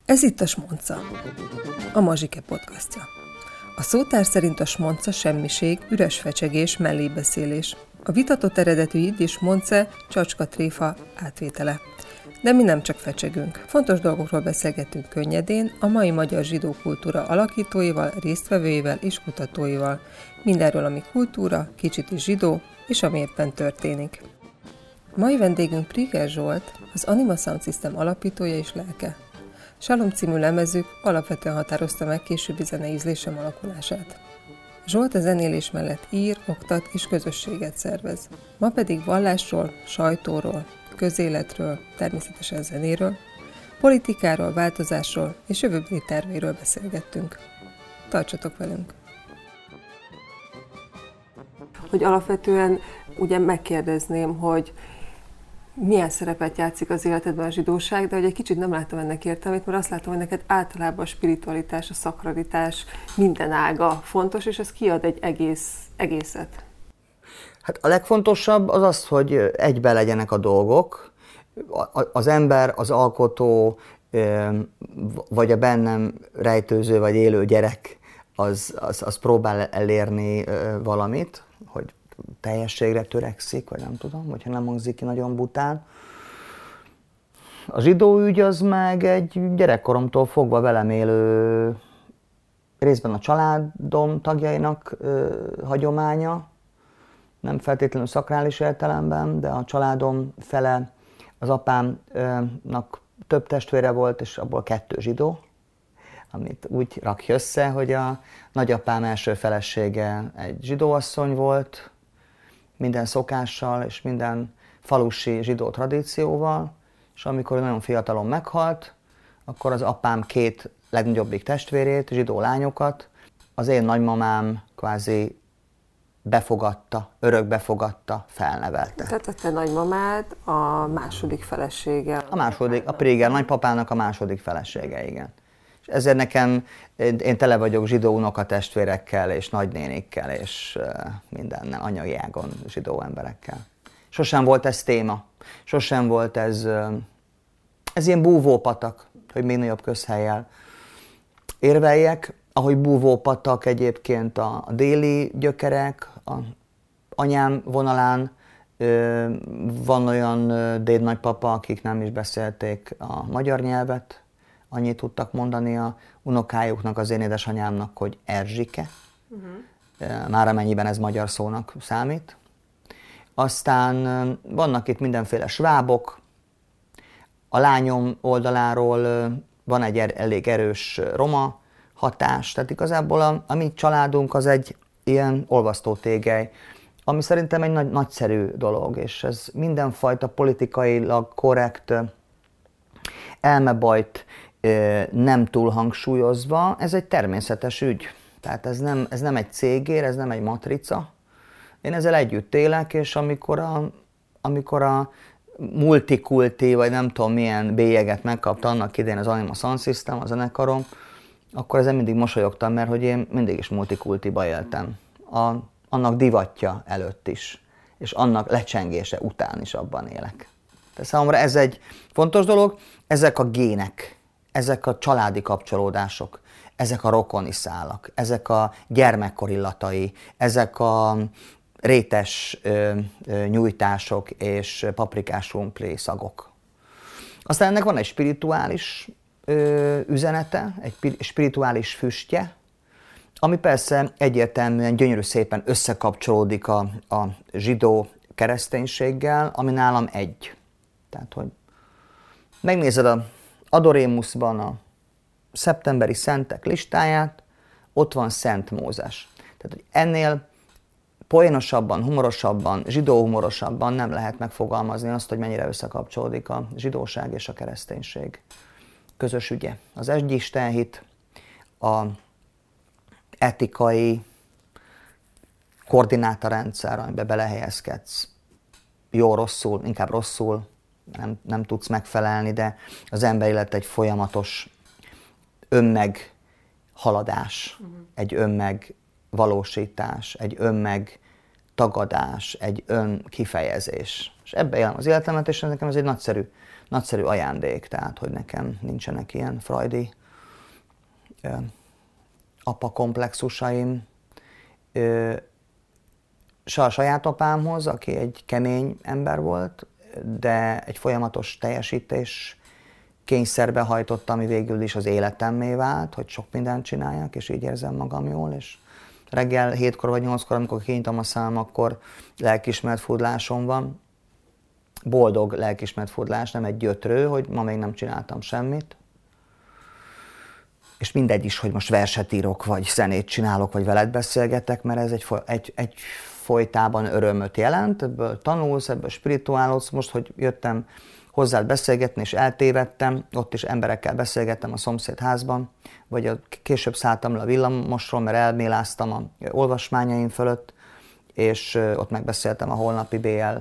Ez itt a Smonca, a Mazsike podcastja. A szótár szerint a smonca semmiség, üres fecsegés, mellébeszélés. A vitatott eredetű jiddis monce, csacska tréfa átvétele. De mi nem csak fecsegünk. Fontos dolgokról beszélgetünk könnyedén, a mai magyar zsidó kultúra alakítóival, résztvevőivel és kutatóival. Mindenről, ami kultúra, kicsit is zsidó, és ami éppen történik. Mai vendégünk Priger Zsolt, az Anima Sound System alapítója és lelke. Shalom című lemezük alapvetően határozta meg későbbi zenei ízlésem alakulását. Zsolt a zenélés mellett ír, oktat és közösséget szervez. Ma pedig vallásról, sajtóról, közéletről, természetesen zenéről, politikáról, változásról és jövőbeli terveiről beszélgettünk. Tartsatok velünk! Hogy alapvetően ugye megkérdezném, hogy milyen szerepet játszik az életedben a zsidóság, de hogy egy kicsit nem látom ennek értelmét, mert azt látom, hogy neked általában a spiritualitás, a szakralitás minden ága fontos, és ez kiad egy egészet. Hát a legfontosabb az az, hogy egybe legyenek a dolgok. Az ember, az alkotó, vagy a bennem rejtőző, vagy élő gyerek, az próbál elérni valamit, hogy teljességre törekszik, vagy nem tudom, hogyha nem hangzik ki nagyon bután. A zsidó ügy az meg egy gyerekkoromtól fogva velem élő, részben a családom tagjainak hagyománya, nem feltétlenül szakrális értelemben, de a családom fele, az apámnak több testvére volt, és abból 2 zsidó, amit úgy rakja össze, hogy a nagyapám első felesége egy zsidóasszony volt, minden szokással és minden falusi zsidó tradícióval, és amikor nagyon fiatalon meghalt, akkor az apám 2 legnagyobbik testvérét, zsidó lányokat, az én nagymamám kvázi befogadta, örökbefogadta, felnevelte. Tehát a te nagymamád a második felesége. A Priger nagypapának a második felesége, igen. És ezért nekem, én tele vagyok zsidó unokatestvérekkel, és nagynénikkel, és mindennel, anyagi ágon zsidó emberekkel. Sosem volt ez téma, sosem volt ez ilyen búvópatak, hogy még nagyobb közhellyel érveljek, ahogy búvópatak egyébként a déli gyökerek, a anyám vonalán van olyan dédnagypapa, akik nem is beszélték a magyar nyelvet, annyit tudtak mondani a unokájuknak, az én édesanyámnak, hogy Erzsike, már amennyiben ez magyar szónak számít. Aztán vannak itt mindenféle svábok, a lányom oldaláról van egy elég erős roma hatás, tehát igazából a mi családunk az egy ilyen olvasztótégely, ami szerintem egy nagyszerű dolog, és ez mindenfajta politikailag korrekt elmebajt nem túl hangsúlyozva, ez egy természetes ügy. Tehát ez nem egy cégér, ez nem egy matrica. Én ezzel együtt élek, és amikor a multikulti, vagy nem tudom milyen bélyeget megkapta annak idején az Anima Sound System, a zenekarom, akkor ezen mindig mosolyogtam, mert hogy én mindig is multikultiba éltem. Annak divatja előtt is, és annak lecsengése után is abban élek. Tehát számomra ez egy fontos dolog, ezek a gének, ezek a családi kapcsolódások, ezek a rokoni szálak, ezek a gyermekkor illatai, ezek a rétes nyújtások és paprikás krumpli szagok. Aztán ennek van egy spirituális üzenete, egy spirituális füstje, ami persze egyértelműen gyönyörű szépen összekapcsolódik a zsidó kereszténységgel, ami nálam egy. Tehát, hogy megnézed a Adorémuszban a szeptemberi szentek listáját, ott van Szent Mózes. Tehát, hogy ennél poénosabban, humorosabban, zsidó humorosabban nem lehet megfogalmazni azt, hogy mennyire összekapcsolódik a zsidóság és a kereszténység közös ügye. Az egyistenhit, a etikai koordinátarendszer, amiben belehelyezkedsz, jó-rosszul, inkább rosszul, nem tudsz megfelelni, de az ember élet egy folyamatos önmeghaladás, egy önmegvalósítás, egy önmegtagadás, egy önkifejezés. És ebbe élem az életemet, és nekem ez egy nagyszerű ajándék, tehát hogy nekem nincsenek ilyen freudi apa komplexusaim. Se a saját apámhoz, aki egy kemény ember volt, de egy folyamatos teljesítés kényszerbe hajtott, ami végül is az életemmé vált, hogy sok mindent csináljak, és így érzem magam jól, és reggel 7-kor vagy 8-kor, amikor kinyitom a szemem, akkor lelkiismeretfurdalásom van. Boldog lelkiismeretfurdalás, nem egy gyötrő, hogy ma még nem csináltam semmit. És mindegy is, hogy most verset írok, vagy zenét csinálok, vagy veled beszélgetek, mert ez egy folytában örömöt jelent, ebből tanulsz, ebből spirituálodsz. Most, hogy jöttem hozzád beszélgetni, és eltévedtem, ott is emberekkel beszélgettem a szomszédházban, vagy később szálltam le a villamosról, mert elméláztam a olvasmányaim fölött, és ott megbeszéltem a holnapi BL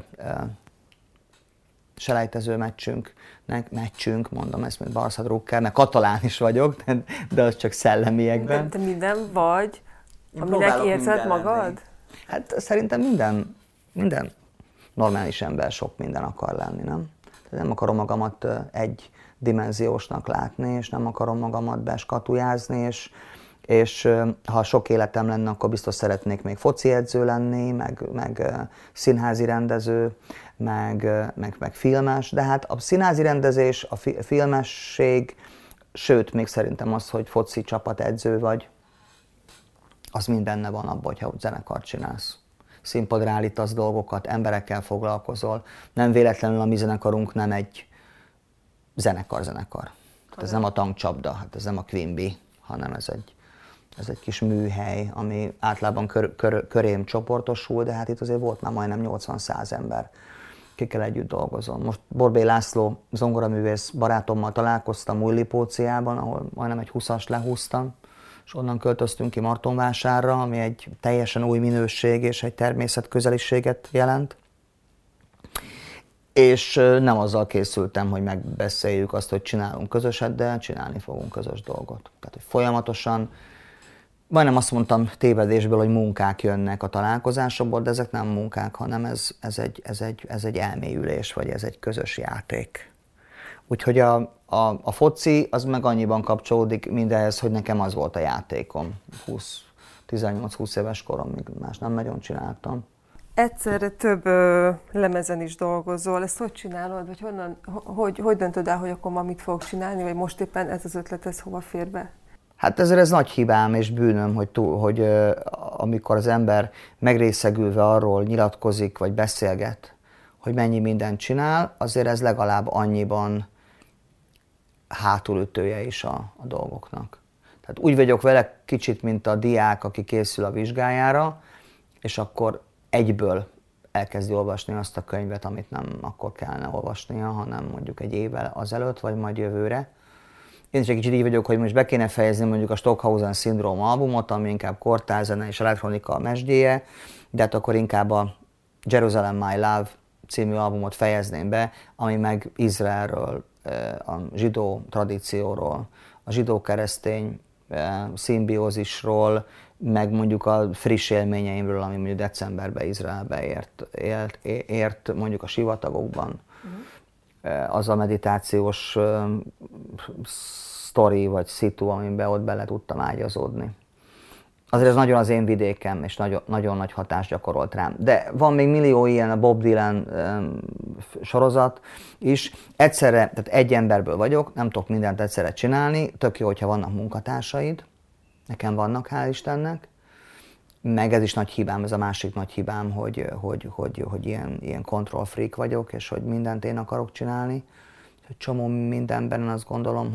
selejtező meccsünk, mondom ezt, mint Barca Drucker, mert katalán is vagyok, de az csak szellemiekben. De minden vagy, aminek érzed magad? Lenni. Hát szerintem minden normális ember sok minden akar lenni, nem? Nem akarom magamat egydimenziósnak látni, és nem akarom magamat beskatujázni, és ha sok életem lenne, akkor biztos szeretnék még foci edző lenni, meg színházi rendező, meg filmes, de hát a színházi rendezés, a filmesség, sőt, még szerintem az, hogy foci csapatedző vagy, az mind benne van abban, hogyha zenekart csinálsz. Színpadra állítasz dolgokat, emberekkel foglalkozol. Nem véletlenül a mi zenekarunk nem egy zenekar. Hát ez nem a tankcsapda, hát ez nem a Queen Bee, hanem ez egy kis műhely, ami általában körém csoportosul, de hát itt azért volt már majdnem 80-100 ember, kikkel együtt dolgozom. Most Borbély László zongoraművész barátommal találkoztam Újlipóciában, ahol majdnem egy 20-ast lehúztam, és onnan költöztünk ki Martonvásárra, ami egy teljesen új minőség és egy természetközeliséget jelent. És nem azzal készültem, hogy megbeszéljük azt, hogy csinálunk közöset, de csinálni fogunk közös dolgot. Tehát, hogy folyamatosan, majdnem azt mondtam tévedésből, hogy munkák jönnek a találkozásokból, de ezek nem munkák, hanem ez egy elmélyülés, vagy ez egy közös játék. Úgyhogy a foci az meg annyiban kapcsolódik mindehhez, hogy nekem az volt a játékom 18-20 éves koromig, más nem nagyon csináltam. Egyszerre több lemezen is dolgozol, ezt hogy csinálod, vagy hogy döntöd el, hogy akkor ma mit fogok csinálni, vagy most éppen ez az ötlet, ez hova fér be? Hát ez nagy hibám és bűnöm, hogy amikor az ember megrészegülve arról nyilatkozik, vagy beszélget, hogy mennyi mindent csinál, azért ez legalább annyiban hátulütője is a dolgoknak. Tehát úgy vagyok vele kicsit, mint a diák, aki készül a vizsgájára, és akkor egyből elkezdi olvasni azt a könyvet, amit nem akkor kellene olvasnia, hanem mondjuk egy évvel azelőtt, vagy majd jövőre. Én is egy kicsit így vagyok, hogy most be kéne fejezni mondjuk a Stockhausen-szindróm albumot, ami inkább kortárzene és elektronika mesdjéje, de hát akkor inkább a Jerusalem My Love című albumot fejezném be, ami meg Izraelről, a zsidó tradícióról, a zsidó-keresztény szimbiózisról, meg mondjuk a friss élményeimről, ami mondjuk decemberben Izraelbe ért mondjuk a sivatagokban. Az a meditációs sztori vagy szitu, amiben ott bele tudtam ágyazódni. Azért ez nagyon az én vidékem, és nagyon nagy hatást gyakorolt rám. De van még millió ilyen, a Bob Dylan sorozat is. Egyszerre, tehát egy emberből vagyok, nem tudok mindent egyszerre csinálni. Tök jó, hogyha vannak munkatársaid. Nekem vannak, hál' Istennek. Meg ez is nagy hibám, ez a másik nagy hibám, hogy ilyen control freak vagyok, és hogy mindent én akarok csinálni. Egy csomó mindenben azt gondolom,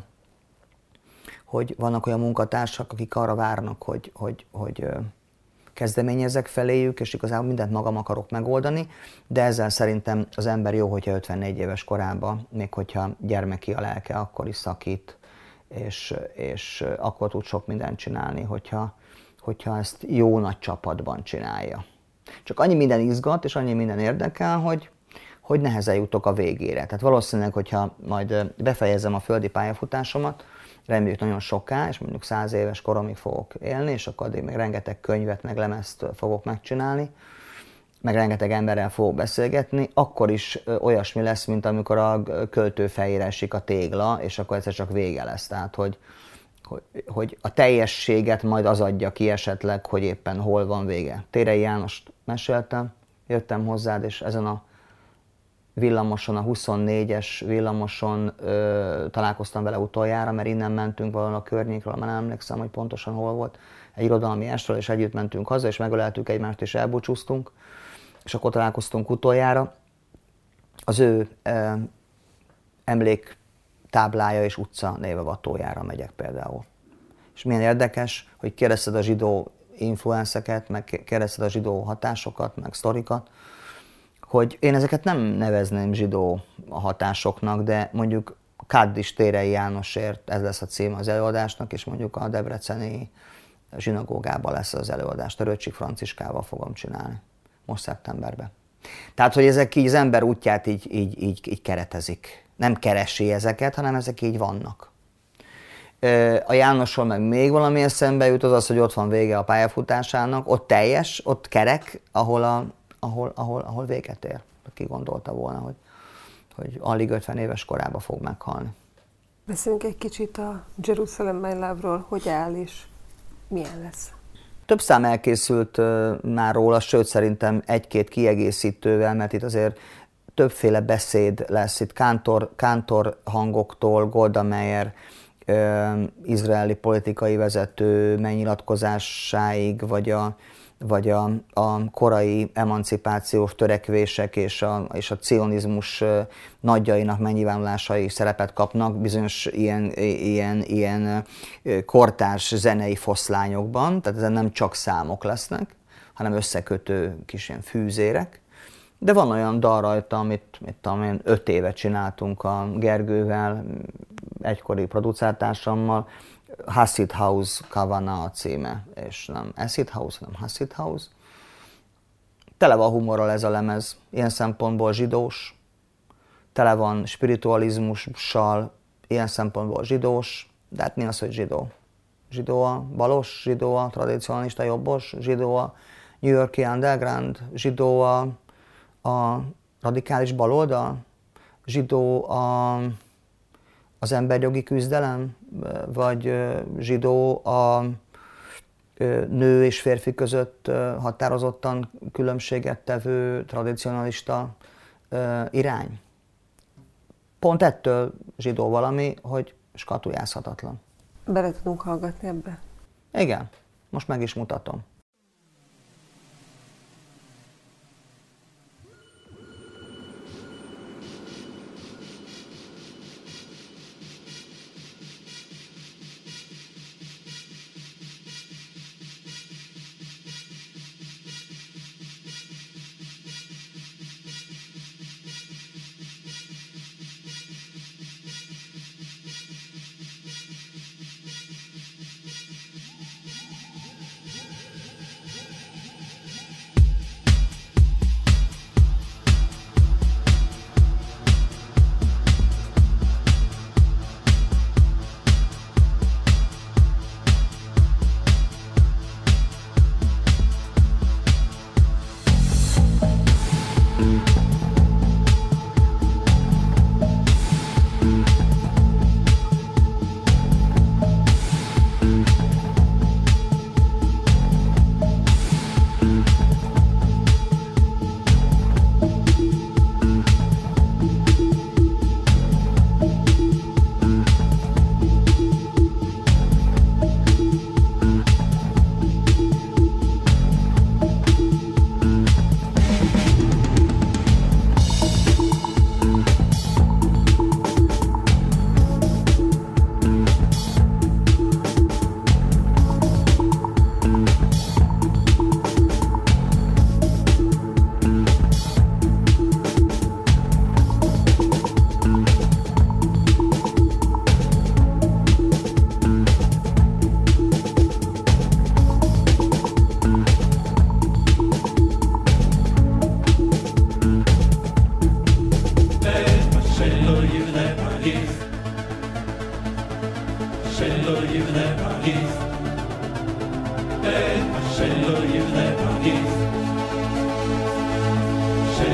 hogy vannak olyan munkatársak, akik arra várnak, hogy kezdeményezzek feléjük, és igazából mindent magam akarok megoldani, de ezzel szerintem az ember jó, hogyha 54 éves korában, még hogyha gyermeki a lelke, akkor is szakít, és akkor tud sok mindent csinálni, hogyha ezt jó nagy csapatban csinálja. Csak annyi minden izgat, és annyi minden érdekel, hogy nehezen jutok a végére. Tehát valószínűleg, hogyha majd befejezem a földi pályafutásomat, reméljük nagyon soká, és mondjuk 100 éves koromig fogok élni, és akkor addig még rengeteg könyvet, meg lemezt fogok megcsinálni, meg rengeteg emberrel fogok beszélgetni, akkor is olyasmi lesz, mint amikor a költő fejére esik a tégla, és akkor egyszer csak vége lesz. Tehát, hogy a teljességet majd az adja ki esetleg, hogy éppen hol van vége. Térei Jánost meséltem, jöttem hozzád, és ezen a villamoson, a 24-es villamoson találkoztam vele utoljára, mert innen mentünk valahol a környékről, már nem emlékszem, hogy pontosan hol volt, egy irodalmi estről, és együtt mentünk haza, és megöleltük egymást, és elbúcsúztunk, és akkor találkoztunk utoljára. Az ő emléktáblája és utca névavatójára megyek például. És milyen érdekes, hogy kérdezted a zsidó influenceket, meg kérdezted a zsidó hatásokat, meg sztorikat, hogy én ezeket nem nevezném zsidó hatásoknak, de mondjuk Káddis Térei Jánosért ez lesz a cím az előadásnak, és mondjuk a debreceni zsinagógában lesz az előadás. Törőcsik Franciskával fogom csinálni, most szeptemberben. Tehát, hogy ezek így az ember útját így keretezik. Nem keresi ezeket, hanem ezek így vannak. A Jánosról meg még valami eszembe jut, az, hogy ott van vége a pályafutásának, ott teljes, ott kerek, ahol véget ér. Ki gondolta volna, hogy alig 50 éves korában fog meghalni. Beszéljünk egy kicsit a Jerusalem My Love-ról, hogy áll és milyen lesz. Több szám elkészült már róla, sőt szerintem egy-két kiegészítővel, mert itt azért többféle beszéd lesz. Itt kántor hangoktól, Golda Meir, izraeli politikai vezető megnyilatkozásáig, vagy a korai emancipációs törekvések és a cionizmus nagyjainak megnyilvánulásai szerepet kapnak bizonyos ilyen kortárs zenei foszlányokban, tehát ezen nem csak számok lesznek, hanem összekötő kis ilyen fűzérek. De van olyan dal rajta, amit 5 éve csináltunk a Gergővel, egykori producáltársammal, Hasid House Kavana a címe, és nem Acid House, hanem Hasid House. Tele van humorral ez a lemez, ilyen szempontból zsidós, tele van spiritualizmussal, ilyen szempontból zsidós, de hát mi az, hogy zsidó? Zsidó a balos, zsidó a tradicionalista jobbos, zsidó a New York-i underground, zsidó a radikális baloldal, zsidó az emberjogi küzdelem, vagy zsidó a nő és férfi között határozottan különbséget tevő tradicionalista irány. Pont ettől zsidó valami, hogy skatujázhatatlan. Bele tudunk hallgatni ebbe? Igen, most meg is mutatom.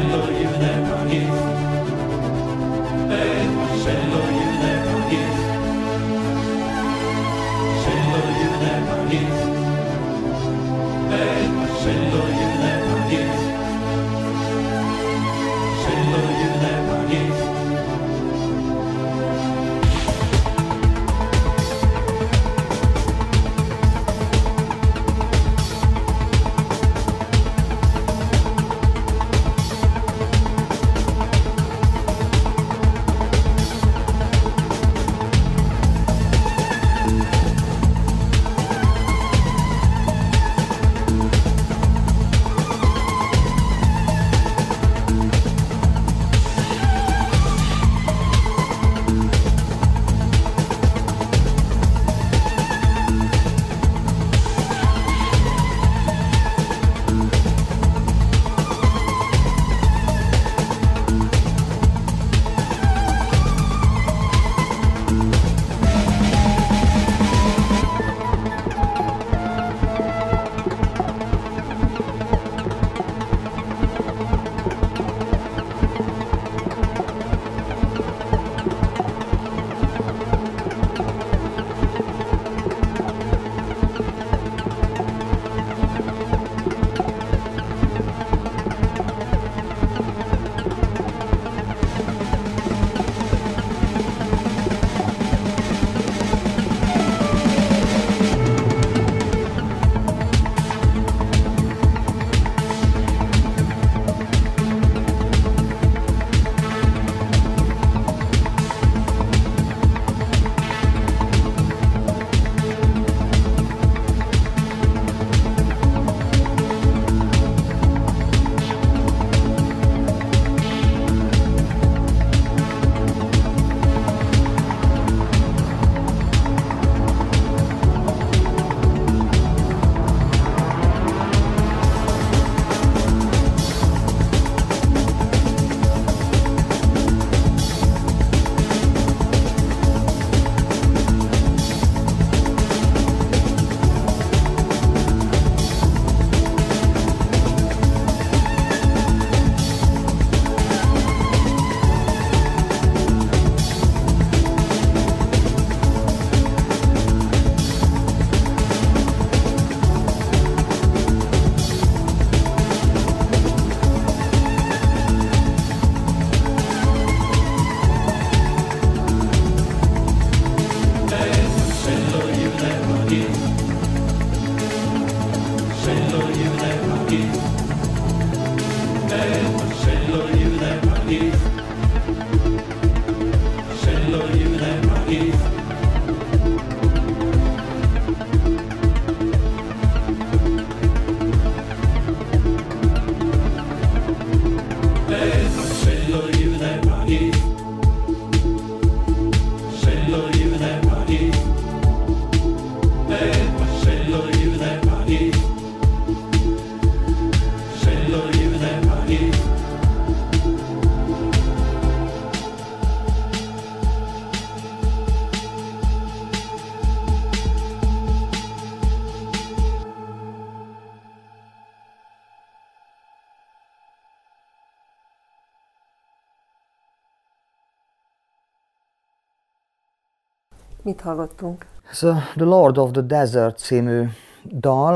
Mit hallottunk? Ez a The Lord of the Desert című dal,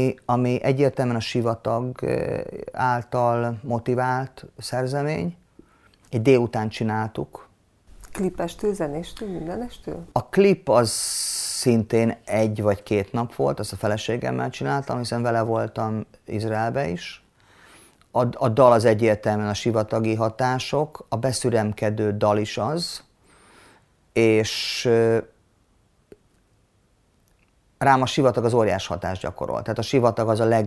ami egyértelműen a sivatag által motivált szerzemény. Egy délután csináltuk. Klipestől, zenéstől, mindenestől? A klip az szintén 1 vagy 2 nap volt, azt a feleségemmel csináltam, hiszen vele voltam Izraelbe is. A dal az egyértelműen a sivatagi hatások, a beszüremkedő dal is az, és rám a sivatag az óriás hatást gyakorol. Tehát a sivatag az a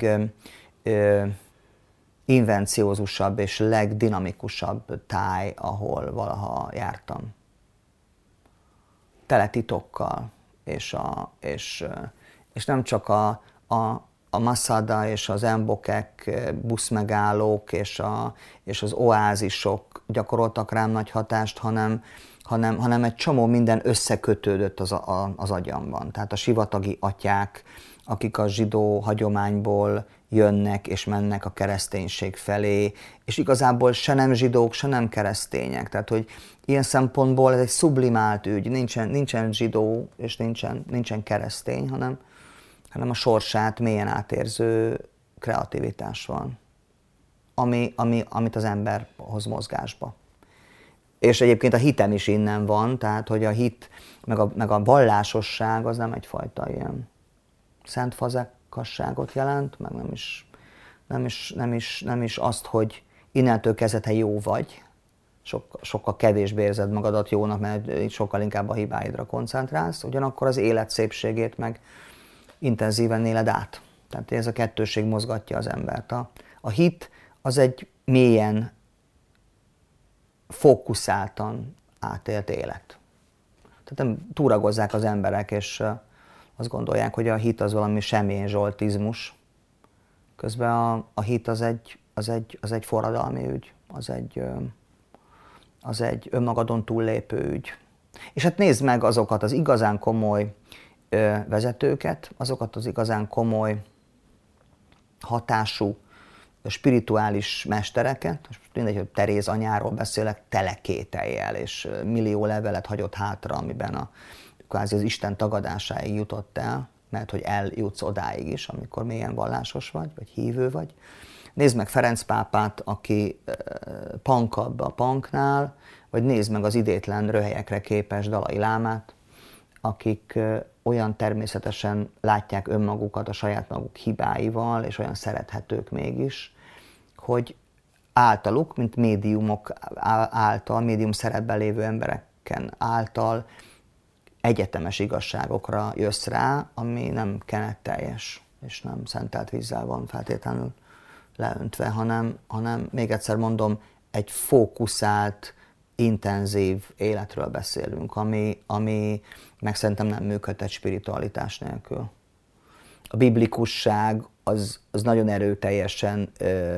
invenciózusabb és legdinamikusabb táj, ahol valaha jártam. Tele titokkal, és nem csak a Masada és az Embokek buszmegállók és az oázisok gyakoroltak rám nagy hatást, hanem egy csomó minden összekötődött az agyamban. Tehát a sivatagi atyák, akik a zsidó hagyományból jönnek és mennek a kereszténység felé, és igazából se nem zsidók, se nem keresztények. Tehát, hogy ilyen szempontból ez egy sublimált ügy, nincsen zsidó és nincsen keresztény, hanem a sorsát mélyen átérző kreativitás van, amit az ember hoz mozgásba. És egyébként a hitem is innen van, tehát hogy a hit, meg a vallásosság az nem egyfajta ilyen szent fazekasságot jelent, meg nem is azt, hogy innentől kezdve te jó vagy, sokkal kevésbé érzed magadat jónak, mert sokkal inkább a hibáidra koncentrálsz, ugyanakkor az élet szépségét meg intenzíven éled át. Tehát ez a kettőség mozgatja az embert. A hit az egy mélyen fókuszáltan átélt élet. Tehát nem túragozzák az emberek, és azt gondolják, hogy a hit az valami semjén zsoltizmus. Közben a hit az egy forradalmi ügy, az egy önmagadon túllépő ügy. És hát nézd meg azokat az igazán komoly vezetőket, azokat az igazán komoly hatású spirituális mestereket, mindegy, hogy Teréz anyáról beszélek, tele kétellyel, és millió levelet hagyott hátra, amiben kvázi az Isten tagadásáig jutott el, mert hogy eljutsz odáig is, amikor mélyen vallásos vagy hívő vagy. Nézd meg Ferenc pápát, aki pankabb a punknál, vagy nézd meg az idétlen röhelyekre képes Dalai Lámát, akik olyan természetesen látják önmagukat a saját maguk hibáival, és olyan szerethetők mégis, hogy általuk, mint médiumok által, médium szerepben lévő embereken által egyetemes igazságokra jössz rá, ami nem kenetteljes, és nem szentelt vízzel van feltétlenül leöntve, hanem még egyszer mondom, egy fókuszált, intenzív életről beszélünk, ami meg szerintem nem működhet spiritualitás nélkül. A biblikusság az nagyon erőteljesen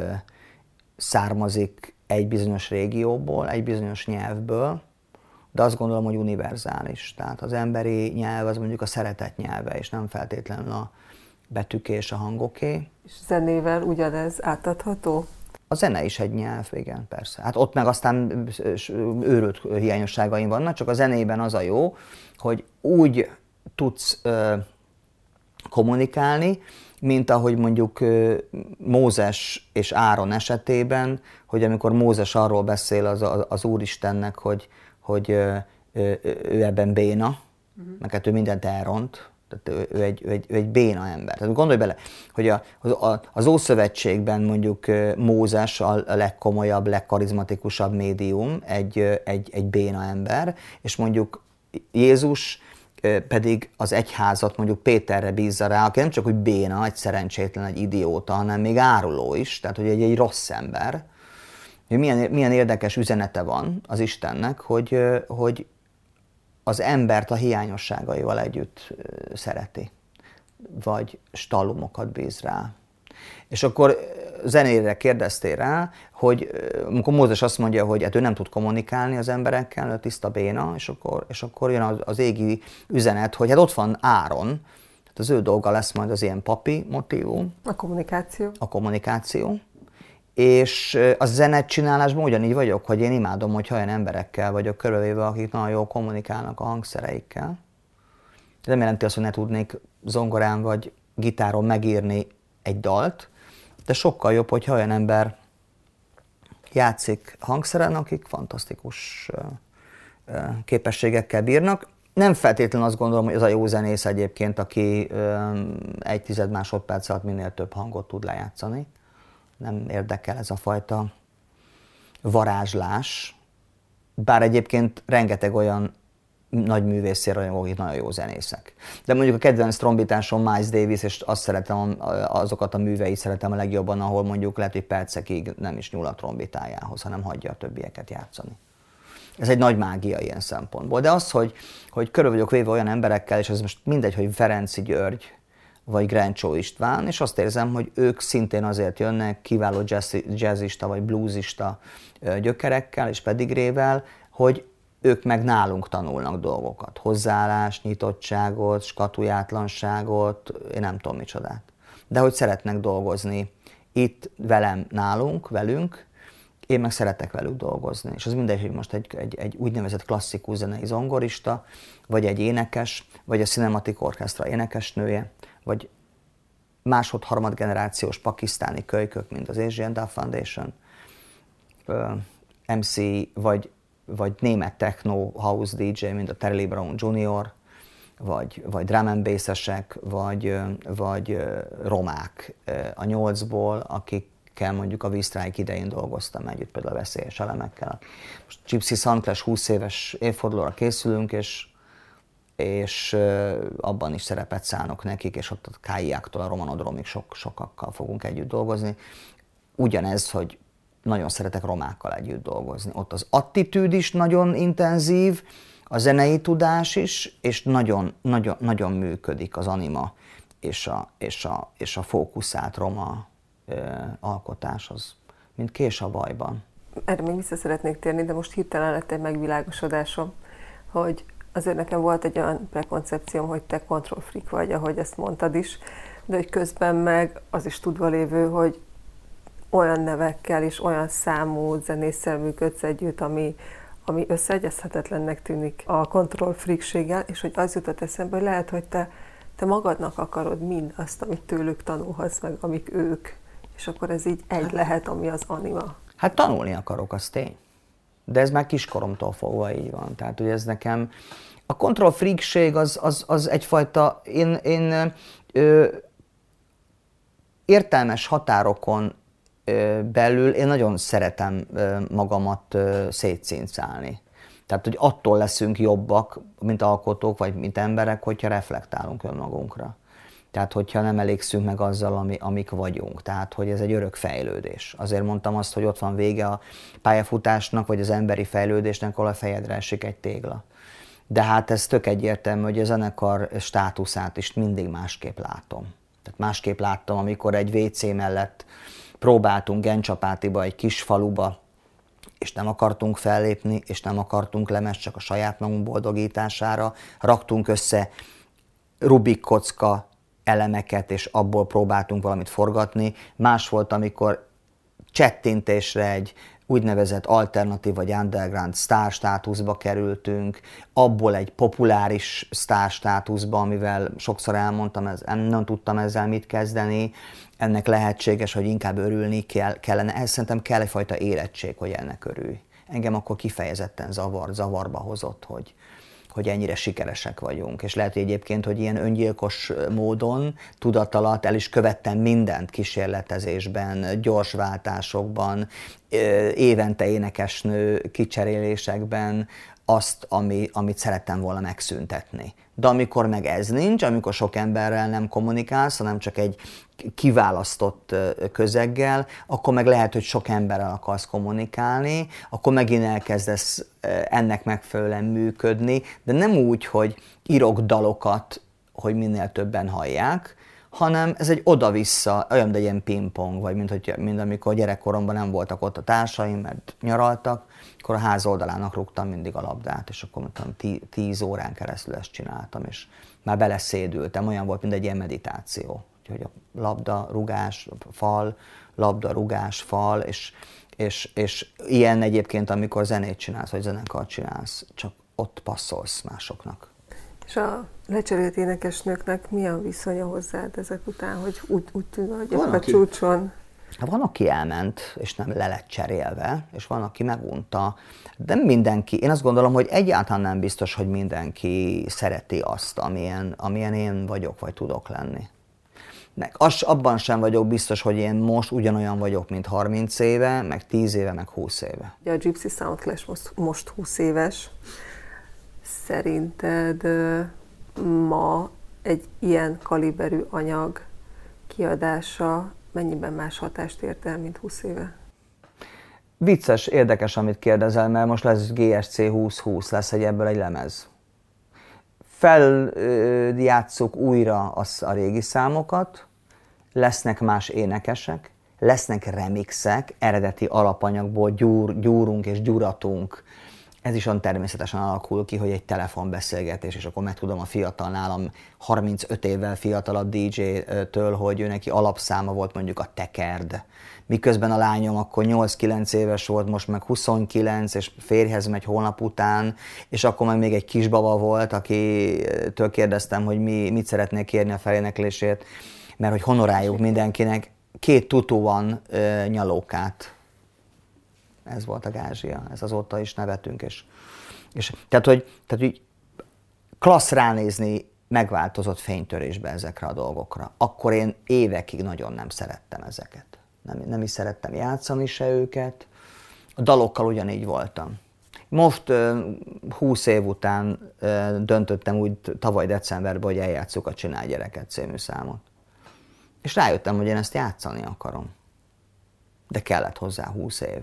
származik egy bizonyos régióból, egy bizonyos nyelvből, de azt gondolom, hogy univerzális. Tehát az emberi nyelv az mondjuk a szeretet nyelve, és nem feltétlenül a betűké és a hangoké. És zenével ugyanez átadható? A zene is egy nyelv, igen, persze. Hát ott meg aztán őrült hiányosságaim vannak, csak a zenében az a jó, hogy úgy tudsz kommunikálni, mint ahogy mondjuk Mózes és Áron esetében, hogy amikor Mózes arról beszél az Úristennek, hogy ő ebben béna, meg hát ő mindent elront, tehát ő egy béna ember. Tehát gondolj bele, hogy az Ószövetségben mondjuk Mózes a legkomolyabb, legkarizmatikusabb médium, egy béna ember, és mondjuk Jézus pedig az egyházat mondjuk Péterre bízza rá, aki nem csak hogy béna, egy szerencsétlen, egy idióta, hanem még áruló is, tehát hogy egy rossz ember. Milyen érdekes üzenete van az Istennek, hogy az embert a hiányosságaival együtt szereti, vagy stallumokat bíz rá. És akkor zenére kérdeztél rá, hogy amikor Mózes azt mondja, hogy hát ő nem tud kommunikálni az emberekkel, ő tiszta béna, és akkor jön az égi üzenet, hogy hát ott van Áron, tehát az ő dolga lesz majd az ilyen papi motívum. A kommunikáció. És a zenetcsinálásban ugyanígy vagyok, hogy én imádom, hogy olyan emberekkel vagyok körülvéve, akik nagyon jól kommunikálnak a hangszereikkel. Ez nem jelenti azt, hogy ne tudnék zongorán vagy gitáron megírni egy dalt, de sokkal jobb, hogyha olyan ember játszik hangszeren, akik fantasztikus képességekkel bírnak. Nem feltétlenül azt gondolom, hogy ez a jó zenész egyébként, aki 1/10 másodperc alatt minél több hangot tud lejátszani. Nem érdekel ez a fajta varázslás, bár egyébként rengeteg olyan nagy művészér, akik nagyon jó zenészek. De mondjuk a kedvenc trombitásom Miles Davis, és azt szeretem, azokat a műveit szeretem a legjobban, ahol mondjuk lehet, hogy percekig nem is nyúl a trombitájához, hanem hagyja a többieket játszani. Ez egy nagy mágia ilyen szempontból. De az, hogy körül vagyok véve olyan emberekkel, és ez most mindegy, hogy Ferenczy György, vagy Grencsó István, és azt érzem, hogy ők szintén azért jönnek kiváló jazzista vagy bluesista gyökerekkel és pedigrével, hogy ők meg nálunk tanulnak dolgokat. Hozzáállás, nyitottságot, skatujátlanságot, én nem tudom micsodát. De hogy szeretnek dolgozni itt velem, nálunk, velünk, én meg szeretek velük dolgozni. És az mindegy, hogy most egy úgynevezett klasszikus zenei zongorista, vagy egy énekes, vagy a Cinematic Orchestra énekesnője, vagy másod-harmad generációs pakisztáni kölykök, mint az Asian Dub Foundation, MC, vagy német techno house DJ, mint a Terry Brown Jr., vagy drum and bass-esek, vagy romák a 8-ból, akikkel mondjuk a V-Strike idején dolgoztam együtt, például a Veszélyes elemekkel. Most Gypsy Soundclash 20 éves évfordulóra készülünk, és abban is szerepet szánok nekik, és ott a Káiáktól a Romanodromig sokakkal fogunk együtt dolgozni. Ugyanez, hogy nagyon szeretek romákkal együtt dolgozni. Ott az attitűd is nagyon intenzív, a zenei tudás is, és nagyon működik az anima és a fókuszált roma alkotás, az mint kés a bajban. Erre még vissza szeretnék térni, de most hirtelen lett egy megvilágosodásom, hogy azért nekem volt egy olyan prekoncepcióm, hogy te control freak vagy, ahogy ezt mondtad is, de hogy közben meg az is tudva lévő, hogy olyan nevekkel és olyan számú zenésszel működsz együtt, ami összeegyezhetetlennek tűnik a control freakséggel, és hogy az jutott eszembe, hogy lehet, hogy te magadnak akarod mindazt, amit tőlük tanulhatsz, meg amik ők, és akkor ez így egy lehet, ami az anima. Hát tanulni akarok, az tény. De ez már kiskoromtól fogva így van. Tehát, hogy ez nekem... A control freakség az egyfajta... Én értelmes határokon belül én nagyon szeretem magamat szétcincálni. Tehát, hogy attól leszünk jobbak, mint alkotók, vagy mint emberek, hogyha reflektálunk önmagunkra. Tehát, hogyha nem elégszünk meg azzal, amik vagyunk. Tehát, hogy ez egy örök fejlődés. Azért mondtam azt, hogy ott van vége a pályafutásnak, vagy az emberi fejlődésnek, ahol a fejedre esik egy tégla. De hát ez tök egyértelmű, hogy a zenekar státuszát is mindig másképp látom. Tehát másképp láttam, amikor egy WC mellett próbáltunk Gencsapátiba, egy kis faluba, és nem akartunk fellépni, és nem akartunk lemezt csak a saját magunk boldogítására. Raktunk össze Rubik kocka elemeket, és abból próbáltunk valamit forgatni. Más volt, amikor csettintésre egy úgynevezett alternatív vagy underground sztár státuszba kerültünk, abból egy populáris sztár státuszba, amivel sokszor elmondtam, nem tudtam ezzel mit kezdeni, ennek lehetséges, hogy inkább örülni kellene. Ez szerintem kell egyfajta érettség, hogy ennek örülj. Engem akkor kifejezetten zavarba hozott, hogy ennyire sikeresek vagyunk. És lehet, hogy egyébként, hogy ilyen öngyilkos módon, tudat el is követtem mindent kísérletezésben, gyorsváltásokban, évente énekesnő kicserélésekben, azt, amit szerettem volna megszüntetni. De amikor meg ez nincs, amikor sok emberrel nem kommunikálsz, hanem csak egy kiválasztott közeggel, akkor meg lehet, hogy sok emberrel akarsz kommunikálni, akkor megint elkezdesz ennek megfelelően működni, de nem úgy, hogy írok dalokat, hogy minél többen hallják, hanem ez egy oda-vissza, olyan, de egy ilyen pingpong, vagy mint amikor gyerekkoromban nem voltak ott a társaim, mert nyaraltak, akkor a ház oldalának rúgtam mindig a labdát, és akkor 10 órán keresztül ezt csináltam, és már beleszédültem, olyan volt, mint egy ilyen meditáció. Hogy a labda, rugás, fal, labda, rugás, fal, és ilyen egyébként, amikor zenét csinálsz, vagy zenekart csinálsz, csak ott passzolsz másoknak. És a lecserélt énekesnőknek mi a viszonya hozzád ezek után, hogy úgy tűnik, hogy a csúcson? Van, aki elment, és nem le lett cserélve, és van, aki megunta. De mindenki, én azt gondolom, hogy egyáltalán nem biztos, hogy mindenki szereti azt, amilyen én vagyok, vagy tudok lenni. Abban sem vagyok biztos, hogy én most ugyanolyan vagyok, mint 30 éve, meg 10 éve, meg 20 éve. A Gypsy Soundclash most 20 éves. Szerinted ma egy ilyen kaliberű anyag kiadása mennyiben más hatást ért el, mint 20 éve? Vicces, érdekes, amit kérdezel, mert most lesz GSC 2020, lesz ebből egy lemez. Feljátsszuk újra a régi számokat, lesznek más énekesek, lesznek remixek, eredeti alapanyagból gyúrunk és gyuratunk ez is olyan természetesen alakul ki, hogy egy telefonbeszélgetés, és akkor megtudom a fiatal nálam 35 évvel fiatalabb DJ-től, hogy ő neki alapszáma volt mondjuk a tekerd. Miközben a lányom akkor 8-9 éves volt, most meg 29, és férjhez megy holnap után, és akkor meg még egy kisbaba volt, akitől kérdeztem, hogy mit szeretnék kérni a feléneklésért, mert hogy honoráljuk mindenkinek. 2 tutu van nyalókát. Ez volt a gázsia, ez azóta is nevetünk. És tehát, hogy klassz ránézni megváltozott fénytörésbe ezekre a dolgokra. Akkor én évekig nagyon nem szerettem ezeket. Nem is szerettem játszani se őket. A dalokkal ugyanígy voltam. Most 20 év után döntöttem úgy tavaly decemberben, hogy eljátszuk a Csinálj gyereket című számot. És rájöttem, hogy én ezt játszani akarom. De kellett hozzá 20 év.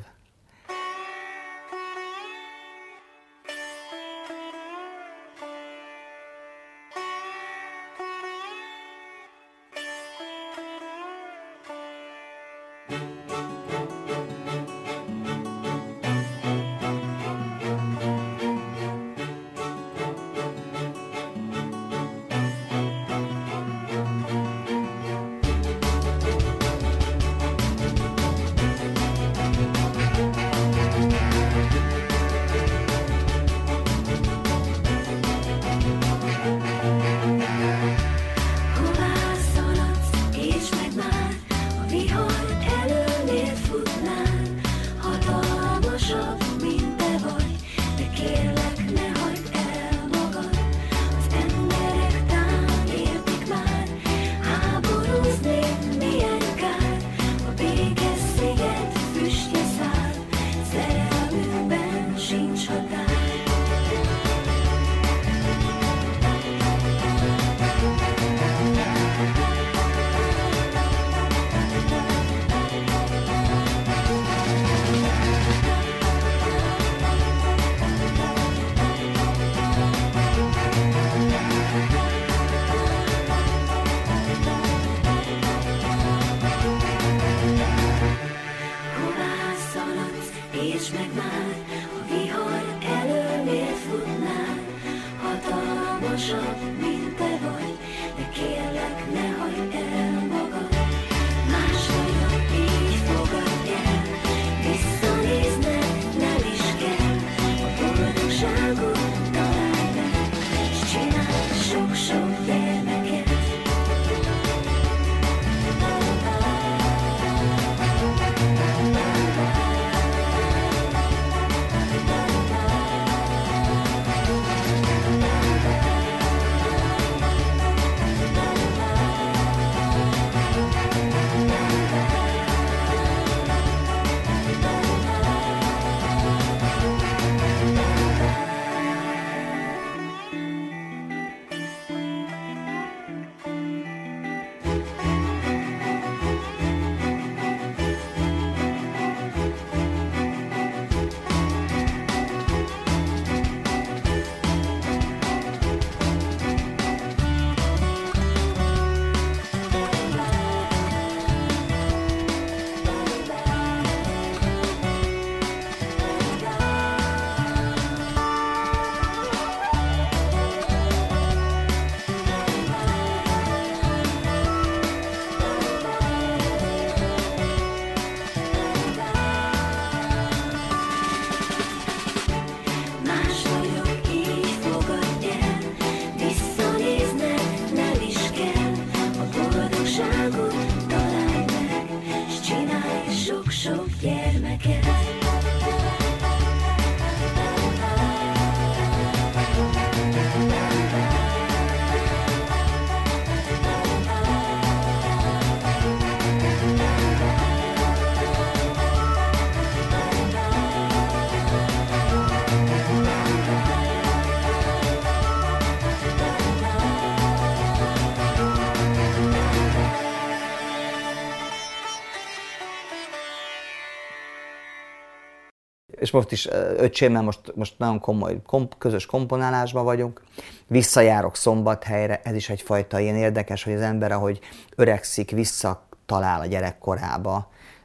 És most is öcsémmel most nagyon komoly közös komponálásban vagyunk. Visszajárok Szombathelyre, ez is egyfajta ilyen érdekes, hogy az ember, ahogy öregszik, visszatalál a gyerekkorába.